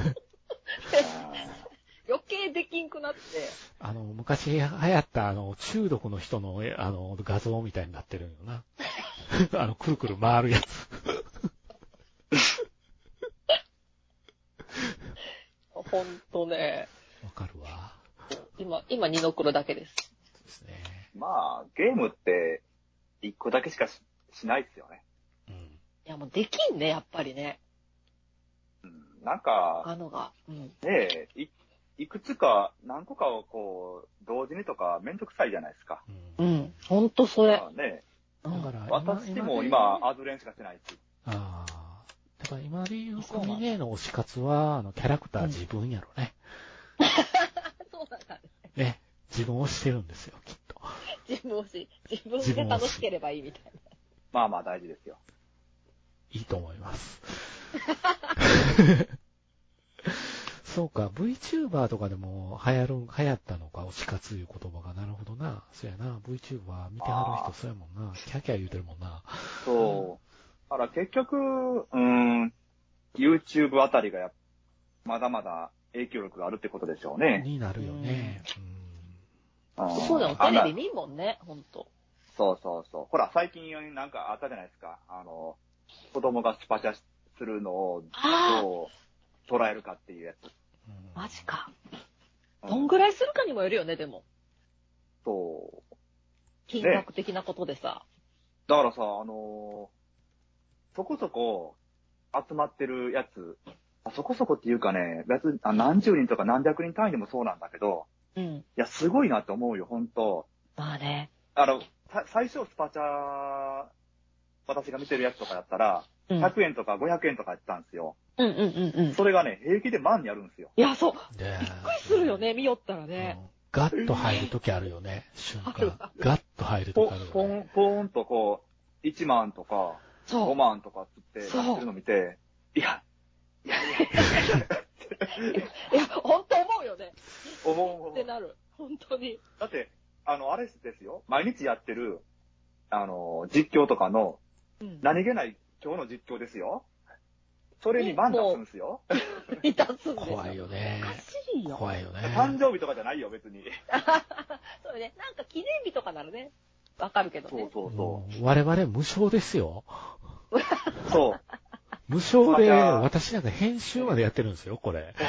余計できんくなって。 あの、昔流行ったあの、中毒の人のあの、画像みたいになってるよな。あの、くるくる回るやつ。 ほんとね。 わかるわ。 今、今二の黒だけです。 そうですね。 まあ、ゲームって一個だけしか し, しないですよね。 うん。いや、もうできんね、やっぱりね。 うん。なんか、 あのが、うん。 ねえ、い、いくつか、何個かをこう、同時にとかめんどくさいじゃないですか。 うん。うん、ほんとそれ。 まあね。 だから私も今、アズレンしかしてないし。 ああ。だから今で言う組ねの推し活は、あの、キャラクター自分やろね。 うん、そうなんだね。 ね。自分をしてるんですよ、きっと。 自分をし、自分で楽しければいいみたいな。 まあまあ大事ですよ。 いいと思います。そうか、VTuber とかでも流行る、流行ったのか、推し活いう言葉が。なるほどな。そうやな。VTuber 見てはる人、そうやもんな。キャキャ言うてるもんな。 そう。だから結局、うーん、YouTube あたりがやまだまだ影響力があるってことでしょうね。 になるよね。 うん。そうだよ、テレビ見んもんね、ほんと。 そうそうそう。ほら、最近なんかあったじゃないですか。あの、子供がスパチャするのをどう捉えるかっていうやつ。 マジか。どんぐらいするかにもよるよね、でも。 そう。 金額的なことでさ。 ね、だからさ、あのー、そこそこ集まってるやつ、あそこそこっていうかね、別にあ何十人とか何百人単位でもそうなんだけど、 うん。 いや、すごいなって思うよ、ほんと。 まあね。 あの、最初スパチャ、私が見てるやつとかやったら、ひゃくえんとかごひゃくえんとかやったんですよ。 うんうんうんうん。 それがね、平気で万にあるんですよ。 いや、そう。びっくりするよね、見よったらね。 うん、ガッと入るときあるよね、瞬間。ガッと入るときあるよね。 ポン、ポーンとこう、いちまんとか、ごまんとかつってやってるの見て、いや、いやいやいやいや、ほんと思うよね。 思う思う。 ってなる。本当に。 だって、あの、あれですよ。毎日やってる、あの、実況とかの、うん、何気ない今日の実況ですよ。それに万出すんですよ。 出すんですよ。 怖いよね。 おかしいよ。 怖いよね。 誕生日とかじゃないよ、別に。 そうね。なんか記念日とかならね、わかるけどね。 そうそうそう。 我々無償ですよ。 そう。 無償で、私なんか編集までやってるんですよ、これ。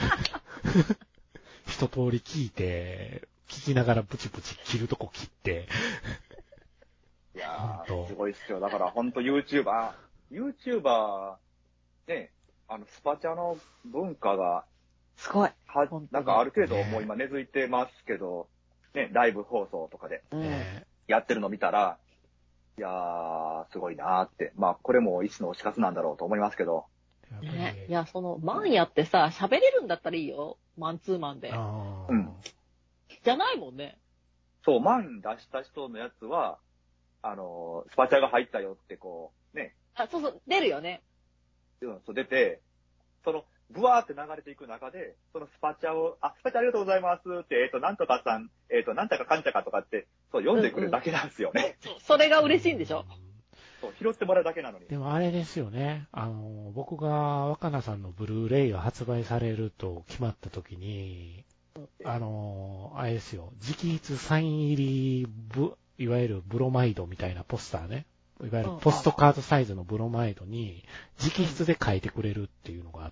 一通り聞いて、聞きながらプチプチ切るとこ切って。 いやー、すごいっすよ。だからほんと YouTuber、YouTuber、ね、あの、スパチャの文化が、 すごい。 は、なんかある程度もう今根付いてますけど、ね、ライブ放送とかで、やってるの見たら、いやー、すごいなーって。まあ、これも一種の推し活なんだろうと思いますけど。 ね。いや、その、マンやってさ、喋れるんだったらいいよ。マンツーマンで。 うん。 じゃないもんね。 そう、マン出した人のやつは、あの、スパチャが入ったよってこう、ね。 あ、そうそう、出るよね。 うん、そう出て、その、ブワーって流れていく中で、そのスパチャを、あ、スパチャありがとうございますって、えっ、ー、と、なんとかさん、えっ、ー、と、なんたかかんたかとかって、そう、読んでくるだけなんですよね。 うんうん、そう、それが嬉しいんでしょ。 そう、拾ってもらうだけなのに。 でもあれですよね。あの、僕が若菜さんのブルーレイが発売されると決まった時に、あの、あれですよ。直筆サイン入りブ、いわゆるブロマイドみたいなポスターね。いわゆるポストカードサイズのブロマイドに直筆で書いてくれるっていうのがあって、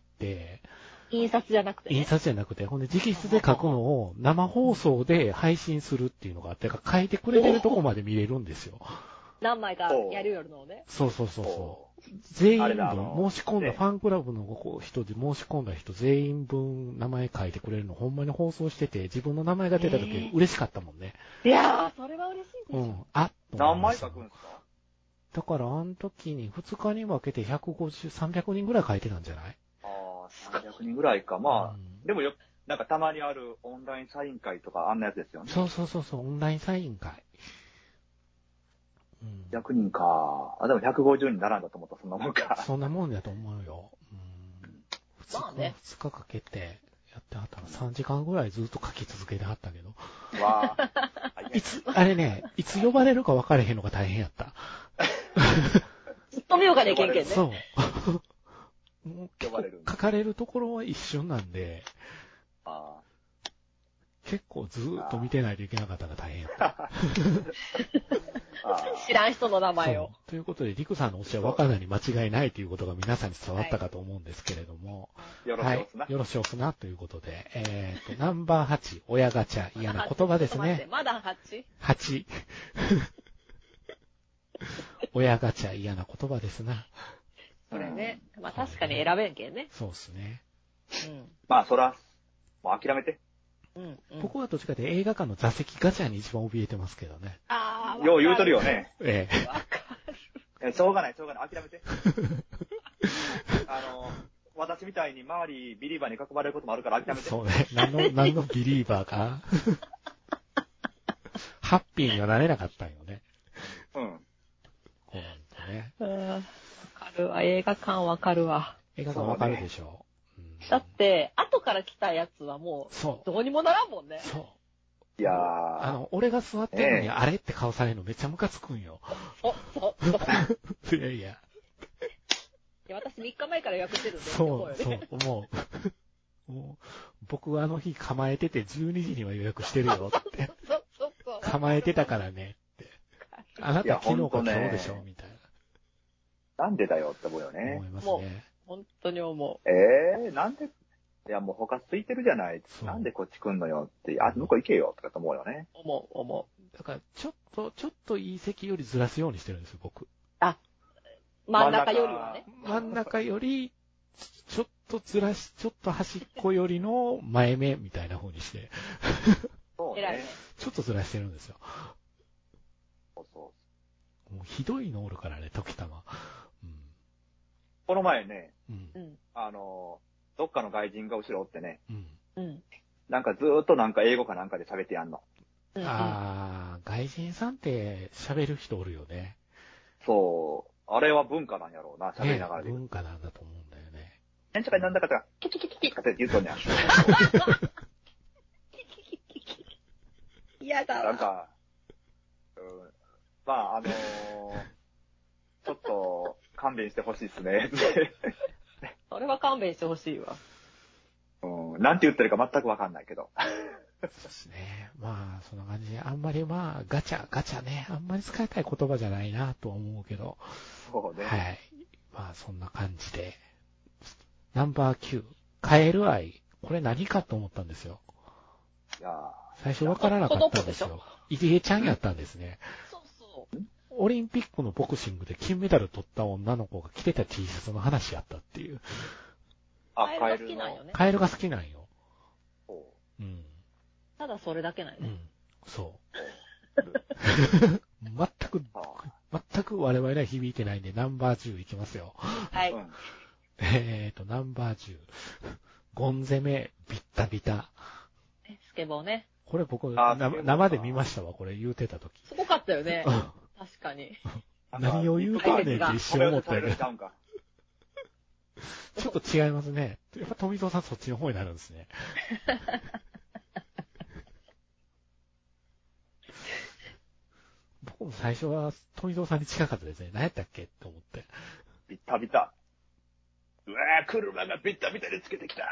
印刷じゃなくて、ね、 印刷じゃなくて、ほんで直筆で書くのを生放送で配信するっていうのがあって、書いてくれてるとこまで見れるんですよ。 何枚かやるよるのね。 そうそうそうそう。全員分申し込んだ、ファンクラブの人で申し込んだ人全員分名前書いてくれるのほんまに放送してて、自分の名前が出た時嬉しかったもんね。 いやー、それは嬉しいです。 うん。あ、 何枚書くんですか？ だから、あの時にふつかに分けてひゃくごじゅう、さんびゃくにんぐらい書いてたんじゃない？ ああ、さんびゃくにんぐらいか。まあ、うん、でもよ、なんかたまにあるオンラインサイン会とかあんなやつですよね。 そうそうそうそう、オンラインサイン会。 うん、ひゃくにんか。あ、でもひゃくごじゅうにん並んだと思ったらそんなもんか。 そんなもんだと思うよ。うん。ふつか、まあね、ふつかかけてやってはったらさんじかんぐらいずっと書き続けてはったけど。 わあ。 いつ、あれね、いつ呼ばれるか分かれへんのが大変やった。 ずっと見ようがね、けんけんね。 そう。もう結構書かれるところは一瞬なんで、あ結構ずーっと見てないといけなかったのが大変やった。 知らん人の名前を。 ということで、リクさんのおっしゃる若菜に間違いないということが皆さんに伝わったかと思うんですけれども、 はい、よろしおすな。 よろしおすなということで、えっ、ー、と、ナンバーはち、親ガチャ、嫌な言葉ですね。 まだ はち? はち。親ガチャ、嫌な言葉ですな。 それね。まあ確かに選べんけんね。 そうですね。 うん。まあそら、もう諦めて。 うんうん、僕はどっちかで映画館の座席ガチャに一番怯えてますけどね。 ああ、 よう言うとるよね。 ええ。 わかる。しょうがない、しょうがない。諦めて。あの、私みたいに周りビリーバーに囲まれることもあるから諦めて。 そうね。何の、何のビリーバーか。ハッピーにはなれなかったんよね。 うん。 そうなんだね。 わかるわ。映画館わかるわ。 映画館わかるでしょう。 だって、後から来たやつはもう、そう。どうにもならんもんね。 そう。 いやー。 あの、俺が座ってるのに、あれって顔されるのめっちゃムカつくんよ。 そう、そう、そう。いやいや。 いや、私みっかまえから予約してるんで。 そう、そう、もう、もう、僕はあの日構えててじゅうにじには予約してるよって。 そうそうそう。 構えてたからねって。あなた昨日か今日でしょみたいな。なんでだよって思うよね。 思いますね。 本当に思う。ええー、なんで、いやもう他ついてるじゃない。なんでこっち来んのよって、あ、向こう行けよとかと思うよね。 思う、思う。だから、ちょっと、ちょっといい席よりずらすようにしてるんですよ、僕。 あ、真ん中よりはね。 真ん中より、ちょっとずらし、ちょっと端っこよりの前目みたいな風にして。 そうね。 偉いね。 ちょっとずらしてるんですよ。 そうそう。 もうひどいのおるからね、時たま。 この前ね、 うん、 あの、どっかの外人が後ろおってね、 うん、 なんかずーっとなんか英語かなんかで喋ってやんの。 うん、あー、外人さんって喋る人おるよね。 そう。あれは文化なんやろうな、喋りながらで、 ね。文化なんだと思うんだよね。 なんちゃかなんだかとか、キキキキキとかって言うとんねや。 嫌だわ。 なんか、うん、まああのー、ちょっと、勘弁してほしいっすね。 それは勘弁してほしいわ。 うん。なんて言ってるか全くわかんないけど。 そうですね。まあ、そんな感じで、あんまりまあ、ガチャ、ガチャね、あんまり使いたい言葉じゃないなとは思うけど。 そうね。 はい。まあ、そんな感じで。ナンバーきゅう、カエル愛。これ何かと思ったんですよ。 いや最初わからなかったんですよ。入江ちゃんやったんですね。 そうそう。 オリンピックのボクシングで金メダル取った女の子が着てた T シャツの話やったっていう。 あ、 カエルが好きなんよね。 カエルが好きなんよ。 うん。 ただそれだけなんよね。 うん。そう。全く、全く我々は響いてないんで、ナンバーじゅういきますよ。 はい。 えーと、ナンバーじゅう。ゴン攻め、ビッタビタ。 スケボーね。 これ僕、生で見ましたわ、これ言うてた時。 すごかったよね。確かに。 何を言うとんねんって一瞬思ったよね。ちょっと違いますね。やっぱ富蔵さんそっちの方になるんですね。僕も最初は富蔵さんに近かったですね。何やったっけって思って。 ビッタビタ。うわぁ、車がビッタビタでつけてきた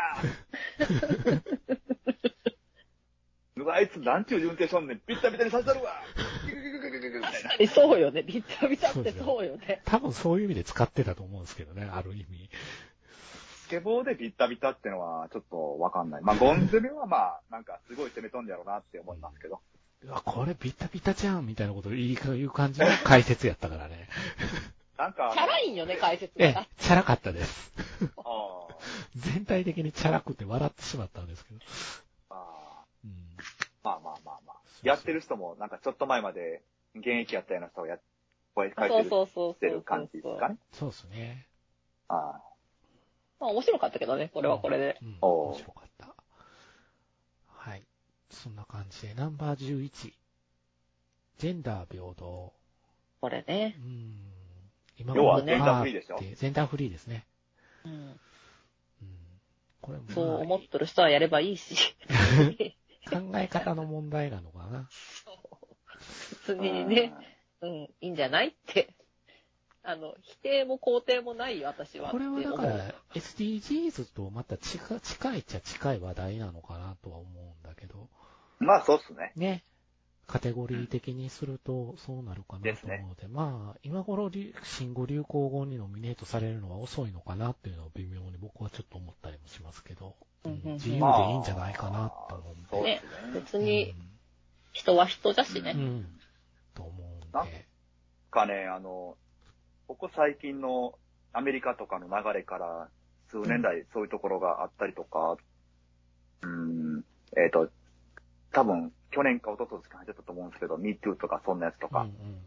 うわ、あいつなんちゅう運転しとんねん。ビッタビタにさせたるわ確かにそうよね。ビッタビタってそうよね。 多分そういう意味で使ってたと思うんですけどね、ある意味。 スケボーでビッタビタってのはちょっとわかんない。まあ、ゴン攻めはまあ、なんかすごい攻めとんじゃろうなって思いますけど。 うわ、これビッタビタじゃんみたいなことを言う感じの解説やったからね。 なんか。チャラいんよね、解説が。ええ、チャラかったです。 あ全体的にチャラくて笑ってしまったんですけど。 あうん、まあまあまあまあ。やってる人もなんかちょっと前まで現役やったような人をや、声書いてるってる感じですかね。 そうですね。 ああ。 まあ面白かったけどね、これはこれで。 うんうん、面白かった。はい。そんな感じで、ナンバーじゅういち。ジェンダー平等。 これね。 うん。今要はジェンダーフリーでしょ？ ジェンダーフリーですね。 うん。うん、 これも、まあ、 そう思ってる人はやればいいし。 考え方の問題なのかな。 そう。別にね、うん、いいんじゃないって。あの、否定も肯定もないよ、私は。 これはだから、エスディージーズ とまた近いっちゃ近い話題なのかなとは思うんだけど。 まあそうっすね。 ね。カテゴリー的にするとそうなるかなと思うので、でね、まあ、今頃新語・流行語にノミネートされるのは遅いのかなっていうのは微妙に僕はちょっと思ったりもしますけど、うんうん、自由でいいんじゃないかなと思うんで。 まあ、ね、別に、人は人だしね。 うん。うん、と思うんで。 なんかね、あの、ここ最近のアメリカとかの流れから数年来そういうところがあったりとか、うん、んえっ、ー、と、多分去年か一昨年か入ってたと思うんですけど、ミートゥー とかそんなやつとか、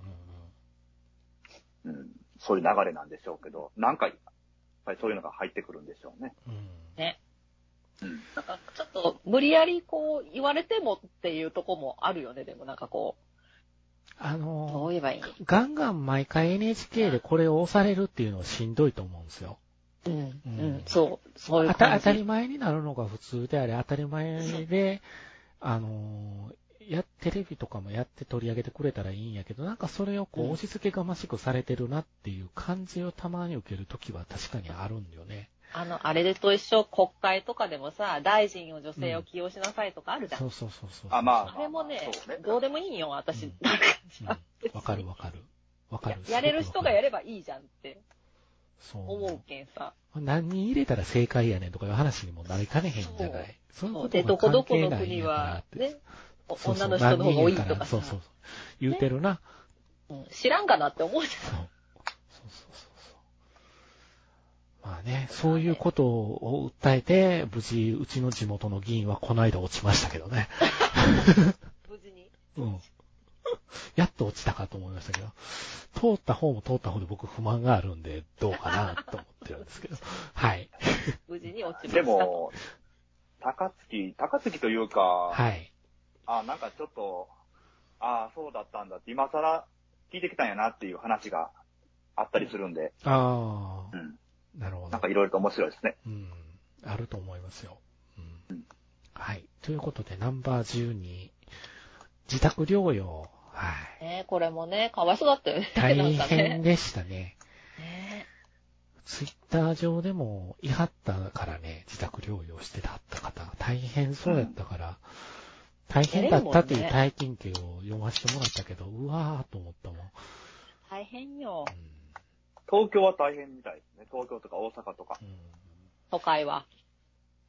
うん、うんうん、そういう流れなんでしょうけど、なんかやっぱりそういうのが入ってくるんでしょうね。 うん、ね。うん、なんかちょっと無理やりこう言われてもっていうとこもあるよね、でもなんかこう。 あのー、 どう言えばいい？ ガンガン毎回 エヌエイチケー でこれを押されるっていうのはしんどいと思うんですよ。 うん、うん、うん、そう、そういう感じ。 当たり前になるのが普通であれ、当たり前で、あのー、や、テレビとかもやって取り上げてくれたらいいんやけど、なんかそれをこう押し付けがましくされてるなっていう感じをたまに受けるときは確かにあるんだよね。 あの、あれでと一緒、国会とかでもさ、大臣を女性を起用しなさいとかあるじゃん。 うん、そうそうそうそう。 あ、まあ。 あれもね、ねどうでもいいよ、私。わ、 うんうん、かるわかる。わかる。 やれる人がやればいいじゃんって。思うけんさ。 何人入れたら正解やねんとかいう話にもなりかねへんじゃない。 そういうことが関係ないんやから。で、どこどこの国は、ね、女の人の方が多いとかさ。 そうそうそう。言うてるな、 ねうん。知らんかなって思うじゃん。そう。そうそうそうそう。まあね、そういうことを訴えて、無事、うちの地元の議員はこの間落ちましたけどね。 無事にうん。やっと落ちたかと思いましたけど、通った方も通った方で僕不満があるんで、どうかなと思ってるんですけど。はい。 無事に落ちました。 でも、高槻、高槻というか、 はい。 あ、なんかちょっと、ああ、そうだったんだって、今更聞いてきたんやなっていう話があったりするんで。 ああ。 うん。 なるほど。 なんかいろいろと面白いですね。 うん。あると思いますよ。うん。うん、はい。ということで、ナンバーじゅうに、自宅療養。はい。 ねこれもね、かわいそうだったよね。 大変でしたね。 ねツイッター上でも、いはったからね、自宅療養してたった方、大変そうやったから、うん、大変だったっていう体験記を読ませてもらったけど、うわーと思ったもん。 大変よ、うん。 東京は大変みたいですね。東京とか大阪とか。うん、 都会は。 うん、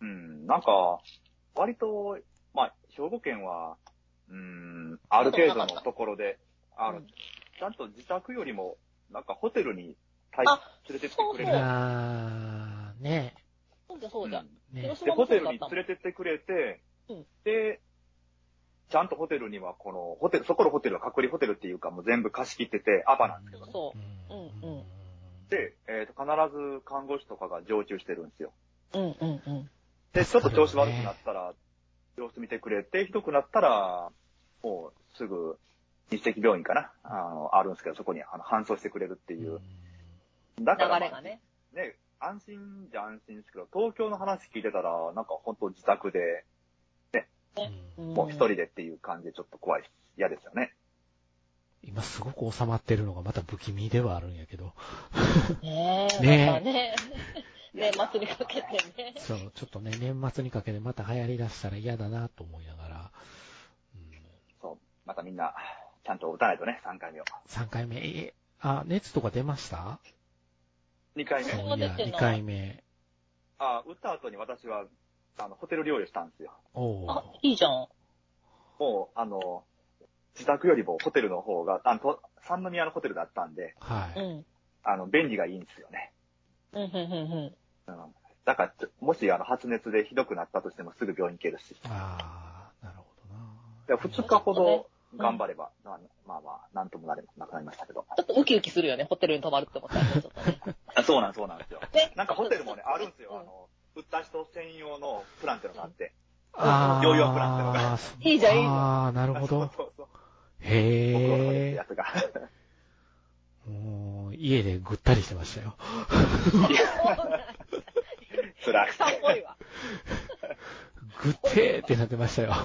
なんか、割と、まあ、兵庫県は、うん、ある程度のところで、あの、うん、ちゃんと自宅よりも、なんかホテルに連れてってくれる。 あー、ねえ。 そうじゃそうじゃ、うんね。で、ホテルに連れてってくれて、うん、で、ちゃんとホテルには、この、ホテル、そこのホテルは隔離ホテルっていうか、もう全部貸し切ってて、アパなんですけどね。 そう。うんうん。 で、えっ、と、必ず看護師とかが常駐してるんですよ。 うんうんうん。 で、ちょっと調子悪くなったら、様子見てくれて、ひどくなったら、もうすぐ、日赤病院かな、あの、あるんですけど、そこにあの搬送してくれるっていう。 だから、まあ、流れがね。 ね、安心じゃ安心ですけど、東京の話聞いてたら、なんか本当自宅で、ね、うん、もう一人でっていう感じでちょっと怖い、嫌ですよね。 今すごく収まってるのがまた不気味ではあるんやけど。 ねえ、ねえ。なんかね年末にかけてね。 そう、ちょっとね、年末にかけてまた流行り出したら嫌だなと思いながら。 うん、そう、またみんな、ちゃんと打たないとね、さんかいめを。 さんかいめ、え、あ、熱とか出ました？ に 回目。 そういや、にかいめ。 あ、打った後に私は、あの、ホテル療養したんですよ。 おあ、いいじゃん。 もう、あの、自宅よりもホテルの方が、あの、三宮のホテルだったんで、 はい。 あの、便利がいいんですよね。 うん、うん、うん、うん。 だから、もし、あの、発熱でひどくなったとしてもすぐ病院行けるし。 ああ、なるほどな。 ふつかほど頑張れば、うん、まあまあ、なんともなれなくなりましたけど。 ちょっとウキウキするよね、ホテルに泊まるって思ったら、ちょっとね。 そうなん、そうなんですよ。なんかホテルもね、あるんですよ。あの、売った人専用のプランっていうのがあって。 ああ。 療養プランっていうのが。 いいじゃん、いいじゃん。 ああ、なるほど。 そうそうそう。 へえ。 僕のってやつが。 もう、家でぐったりしてましたよ。 辛い。 草っぽいわ。 ぐってーってなってましたよ。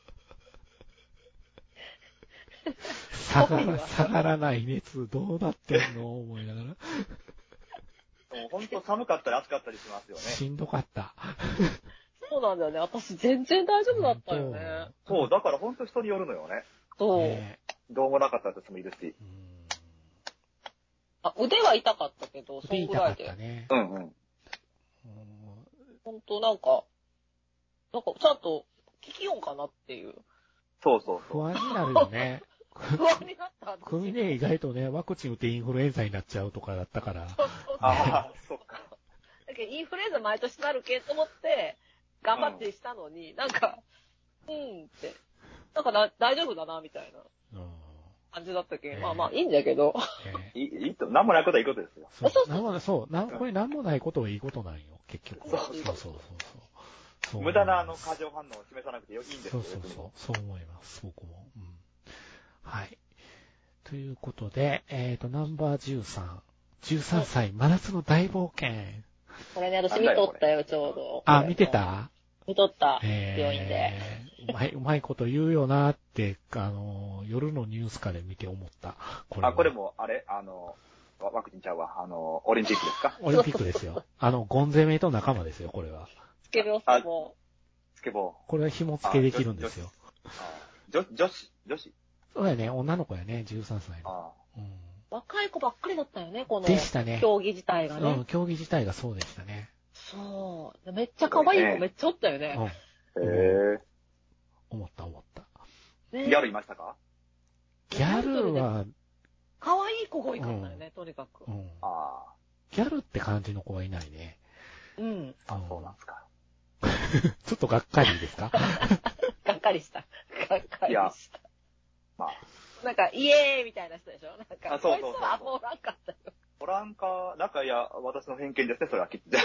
下がら、下がらない熱、どうなってんの思いながら。もうほんと寒かったり暑かったりしますよね。 しんどかった。 そうなんだよね。私全然大丈夫だったよね。 そう、だからほんと人によるのよね。 そう。 ね、どうもなかった人もいるし。うん、 あ、腕は痛かったけど、そんぐらいで。 腕痛かったね。 うんうん。 ほんとなんか、なんかちゃんと聞きよんかなっていう。 そうそうそう。 不安になるよね。 不安になったんですよ。 組ね、意外とね、ワクチン打ってインフルエンザになっちゃうとかだったから。 そうそうそう。ああ、そっか。だけどインフルエンザ毎年なるけと思って、頑張ってしたのに、うん、なんか、うんって、なんかな大丈夫だな、みたいな感じだったけど、えー、まあまあいいんだけど。 えー、いい、いいと、なんもないことはいいことですよ。 そうそうそう。そう、なんこれなんもないことはいいことなんよ、結局。 そうそうそうそうそう。 無駄なあの過剰反応を示さなくていいんですよ。 そうそうそう。そう思います、僕も。うん、はい。ということで、えっ、ー、と、ナンバーじゅうさん。じゅうさんさい、真夏の大冒険。 これね、私見とったよ、ちょうど。 あ、見てた？ 見とった、えー、病院で。 うまい、うまいこと言うよなって、あの、夜のニュースかで見て思った。 これあ、これも、あれあの、ワクチンちゃうわ。あの、オリンピックですか？ オリンピックですよ。あの、ゴン攻めと仲間ですよ、これは。 スケボー、スケボー。 スケボー。 これは紐付けできるんですよ。 女女子女子そうやね、女の子やね、じゅうさんさいの。 あうん、若い子ばっかりだったよね、この。 でしたね。 競技自体がね。 うん、競技自体がそうでしたね。 そう。めっちゃ可愛い子めっちゃおったよね。 へぇ、うん、 思った思った。 ギャルいましたか？ ギャルは、 可愛い子が多かったよね、うん、とにかく。うん、 あギャルって感じの子はいないね。 うん。 あ、そうなんですか。 ちょっとがっかりですか？ がっかりした。がっかりした。まあ。なんか、イエーイみたいな人でしょ？なんか、あ、そうそうそうそう。こいつはあんまおらんかったよ。 おらんか、なんかいや、私の偏見ですね、それはきっと。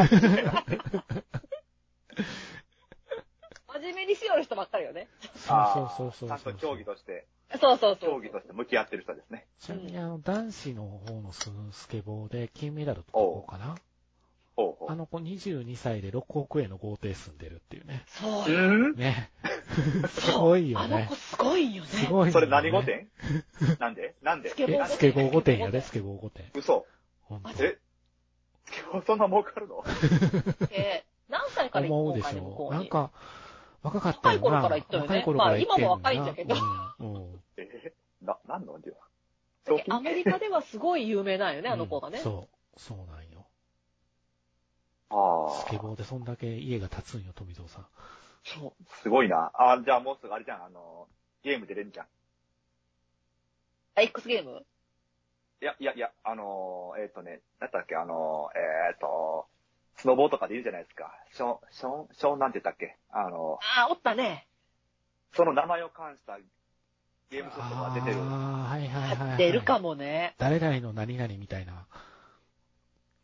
真面目にしよる人ばっかりよね。 そうそうそうそう。 ちゃんと競技として。 そうそうそう。 競技として向き合ってる人ですね。 ちなみに、あの、男子の方のスケボーで金メダルとこうかな。 おうおう、 あの子にじゅうにさいでろくおくえんの豪邸住んでるっていうね。 そうよ。 ね。すごいよね。 あの子すごいよね。 すごいよね。 それ何御殿？なんでなんでスケボースケボー御殿やで、スケボー御殿。 嘘。 ほんと。 えスケボーそんな儲かるの？ えー、何歳から思うでしょう。なんか、若かったよな。 若い頃から行ったよね。 若い頃から行ってんのな。 まあ今も若いんだけど。 うんうん、えー、な、なんのじゃアメリカではすごい有名なんよね、あの子がね。 うん、そう、そうなんよ。 ああ。 スケボーでそんだけ家が立つんよ、富蔵さん。 そう。 すごいな。あ、じゃあもうすぐあれじゃん、あの、ゲーム出れんじゃん。 あ、X ゲーム？ いや、いや、いや、あのー、えっ、ー、とね、なんだっけ、あのー、えっ、ー、と、スノボーとかでいるじゃないですか。ショーン、ショーン、ショーンなんて言ったっけ？あのー、あ、おったね。 その名前を冠したゲームソフトが出てる。 ああ、はいはいはい、はい。 出るかもね。 誰々の何々みたいな。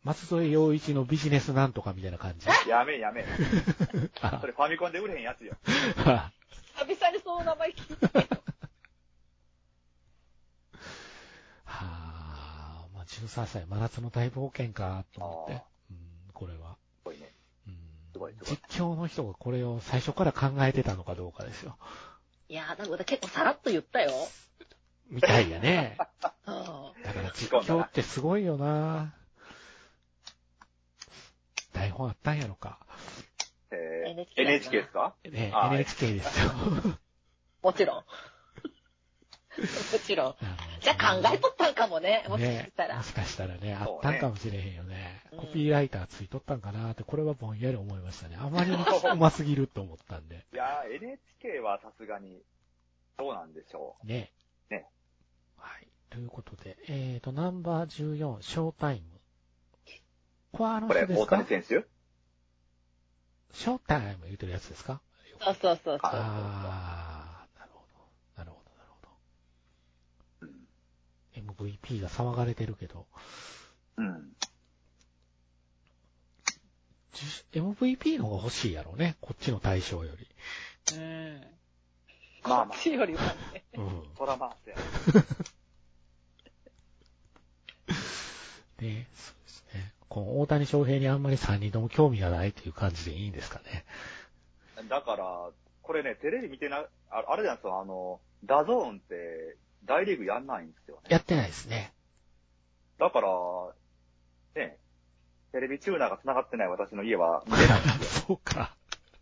松添陽一のビジネスなんとかみたいな感じ。 やめやめ。それファミコンで売れへんやつよ。 久々にその名前聞いてる。 はぁ、まあ、じゅうさんさい、真夏の大冒険か、と思って。うん、これは。 すごいね。 うん。 すごい、すごい。 実況の人がこれを最初から考えてたのかどうかですよ。 いやー、だから結構さらっと言ったよ。 みたいやね。 だから実況ってすごいよな。台本あったんやろか。 えー、エヌエイチケー ですか？ ね、エヌエイチケー ですよ。 もちろん。もちろん。じゃあ考えとったんかもね。もしかしたら。 ね、もしかしたらね、あったんかもしれへんよね。コピーライターついとったんかなって、これはぼんやり思いましたね。あまりにうますぎると思ったんで。 いやー、エヌエイチケー はさすがに、どうなんでしょう。 ね。 ね。 はい。ということで、えーと、ナンバーじゅうよん、ショータイム。これあの人ですか？ これ、大谷選手？ ショータイム言うてるやつですか？ そうそうそうそう。 あー、なるほど。なるほど、なるほど。うん、エムブイピー が騒がれてるけど。 うん。 エムブイピー の方が欲しいやろうね。こっちの対象より。 うん。 まあまあ。 こっちよりはね。 うん。 そらまあ、や。 ね、そうですね。この大谷翔平にあんまりさんにんとも興味がないという感じでいいんですかね。 だから、これね、テレビ見てな、ああれなんですよ、あの、ダゾーンって大リーグやんないんですよね。 やってないですね。 だから、ね、テレビチューナーが繋がってない私の家は見れないんですよ。 そうか。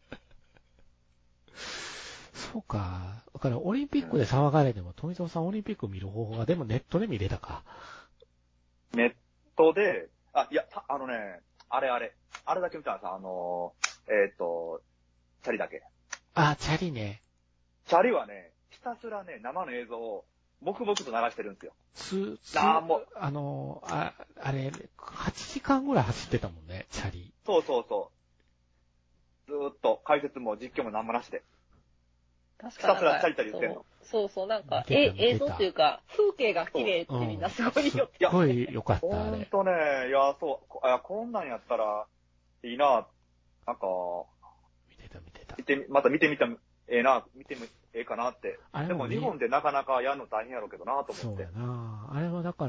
そうか。だからオリンピックで騒がれても、うん、富澤さんオリンピック見る方法がでもネットで見れたか。 ネットで、あ、いや、あのね、あれあれ、あれだけ見たんですよ、あの、えっと、チャリだけ。 あ、チャリね。 チャリはね、ひたすらね、生の映像を、黙々と流してるんですよ。 つ、つ、 あもうあの、あ、あれ、はちじかんぐらい走ってたもんね、チャリ。 そうそうそう。ずーっと解説も実況も何もなしで。 確かに。 ひたすらチャリチャリ言ってんの。 そうそう、なんか、え、映像っていうか、風景が綺麗ってみんなすごいよ。 すっごい良かった、 あれ。 あれ。 ほんとね、いや、そう、あこんなんやったら、いいな、なんか、 見てた見てた。 見て、また見てみた、ええな、見てみ、ええかなって。 あれも、ね、 でも日本でなかなかやるの大変やろうけどなと思って。 そうやな。あれはだから、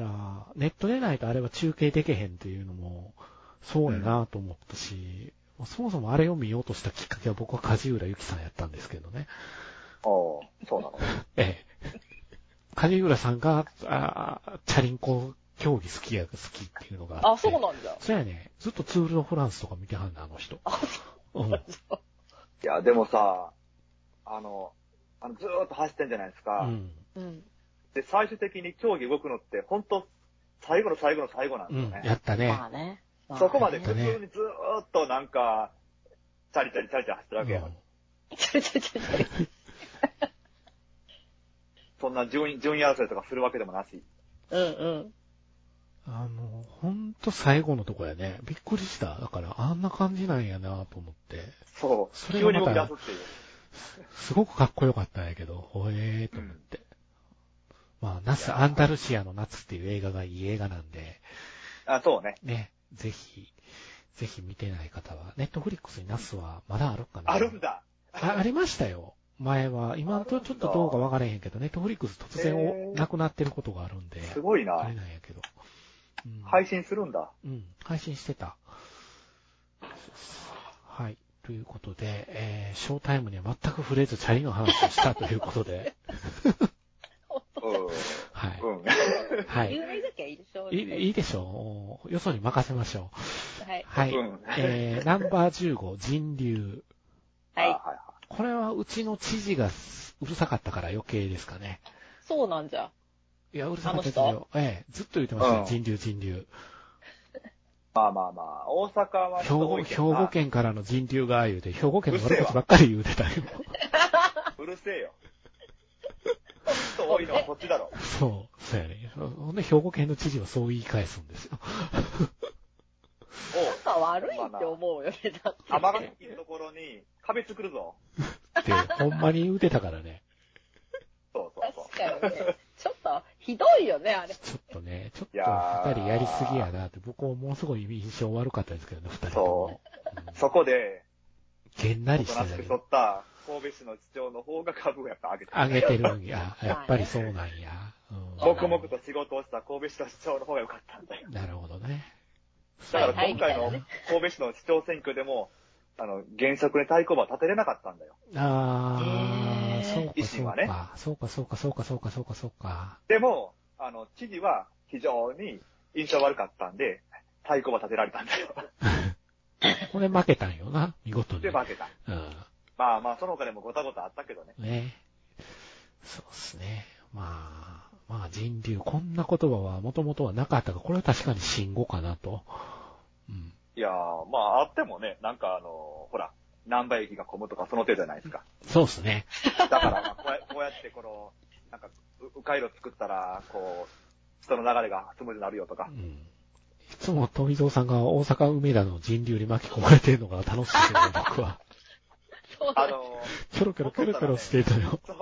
ネットでないとあれは中継できへんっていうのも、そうやなと思ったし、うん、そもそもあれを見ようとしたきっかけは僕は梶浦由紀さんやったんですけどね。 ああ、そうなの。 ええ。梶浦さんが、あチャリンコ競技好きや、好きっていうのがあって。 あ、そうなんだ。 そうやね。ずっとツール・ド・フランスとか見てはんね、あの人。 あ、そうなんだ。 いや、でもさ、あの、あのずーっと走ってんじゃないですか。 うん。 で、最終的に競技動くのって、ほんと、最後の最後の最後なんですよね。 うん、やったね。 まあね。 そこまで普通にずーっとなんか、チャリチャリチャリチャリ走ってるわけやん。 チャリチャリチャリチャリ。 そんな順位、順位争いとかするわけでもなし。 うんうん。 あの、ほんと最後のとこやね。びっくりした。だから、あんな感じなんやなと思って。 そう。 それがまた急に動き出すっていう。 すごくかっこよかったんやけど、ほえーと思って。うん、まあ、ナス、アンダルシアの夏っていう映画がいい映画なんで。 あ、そうね。 ね、ぜひ、ぜひ見てない方は、ネットフリックスにナスはまだあるかな。 あるんだ。 あ、ありましたよ。前は。今とちょっとどうかわからへんけど、ネットフリックス突然なくなってることがあるんで。 すごいな。 あれなんやけど。 うん、配信するんだ。 うん、配信してた。はい。ということで、えー、ショータイムには全く触れずチャリの話をしたということで。はい。 うん。はい。有名だけいいでしょう。 いい、いいでしょう。よそに任せましょう。はい。 はい。うん、えー、ナンバーじゅうご、人流。 はい。 これはうちの知事がうるさかったから余計ですかね。 そうなんじゃ。 いや、うるさかったですよ。ええ、ずっと言ってましたよ、うん、人流、人流。 まあまあまあ、大阪は兵庫、兵庫県からの人流が言うて、兵庫県の悪口ばっかり言うてたよ。 うるせえよ。ちょっと多いのはこっちだろ。 そう、そうやね。ほんで、兵庫県の知事はそう言い返すんですよ。 仲悪いって思うよね、だって。 尼崎のところに壁作るぞ。 って、ほんまに言うてたからね。 そうそうそう。 確かにね。ちょっと、ひどいよね、あれ。 ちょっとね。 ね、ちょっと二人やりすぎやなって、僕もものすごい印象悪かったですけどね、二人とも。 そう。うん、そこで、 げんなりしてたけど。おとなしく取った神戸市の市長の方が株をやっぱ上げてる。 上げてるんや。やっぱりそうなんや。 うん、黙々と仕事をした神戸市の市長の方が良かったんだよ。 なるほどね。 だから今回の神戸市の市長選挙でも、あの、現職に対抗馬を立てれなかったんだよ。 ああ、そうか、 維新はね。 そうか、そうか、そうか、そうか、そうか、そうか。 でも、あの、知事は非常に印象悪かったんで、対抗馬立てられたんだよ。 これ負けたんよな、見事に。 で、負けた。うん。まあまあ、その他でもごたごたあったけどね。 ね。そうですね。まあ、まあ人流、こんな言葉はもともとはなかったが、これは確かに新語かなと。 うん。いやー、まああってもね、なんかあのー、ほら、南波駅が混むとかその程度じゃないですか。 そうですね。 だから、まあこうや、こうやってこの、なんか、迂回路作ったら、こう、人の流れがスムーズになるよとか。うん。 いつも富蔵さんが大阪梅田の人流に巻き込まれてるのが楽しいですよね、僕は。 そうあのー、キョロキョロキョロキョロしていたよ。 そう。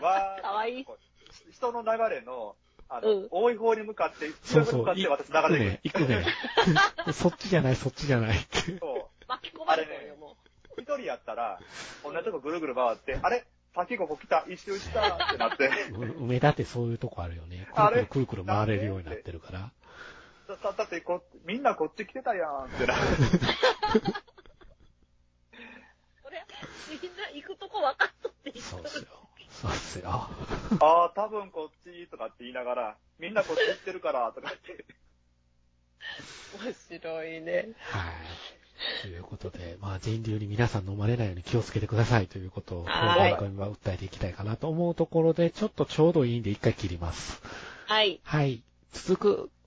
わー。 かわいい。 人の流れの、あの、うん、多い方に向かって、そうそう、向かって私流れて行くね。行くね。そっちじゃない、そっちじゃないって。 そう。 巻き込まれてるよ、もう。一人やったら、こんなとこぐるぐる回って、あれ先ここ来た、一周したってなって。 梅田ってそういうとこあるよね。くるくるくるくる回れるようになってるから。 だ, だってこ、みんなこっち来てたやんってな。 それ、みんな行くとこ分かっとって言ったそうっすよ。そうっすよ。 ああ、多分こっちとかって言いながら、みんなこっち行ってるからとかって。 面白いね。 はい。ということで、まあ人流に皆さん飲まれないように気をつけてくださいということを、今回は訴えていきたいかなと思うところで、ちょっとちょうどいいんで一回切ります。 はい。 はい。続く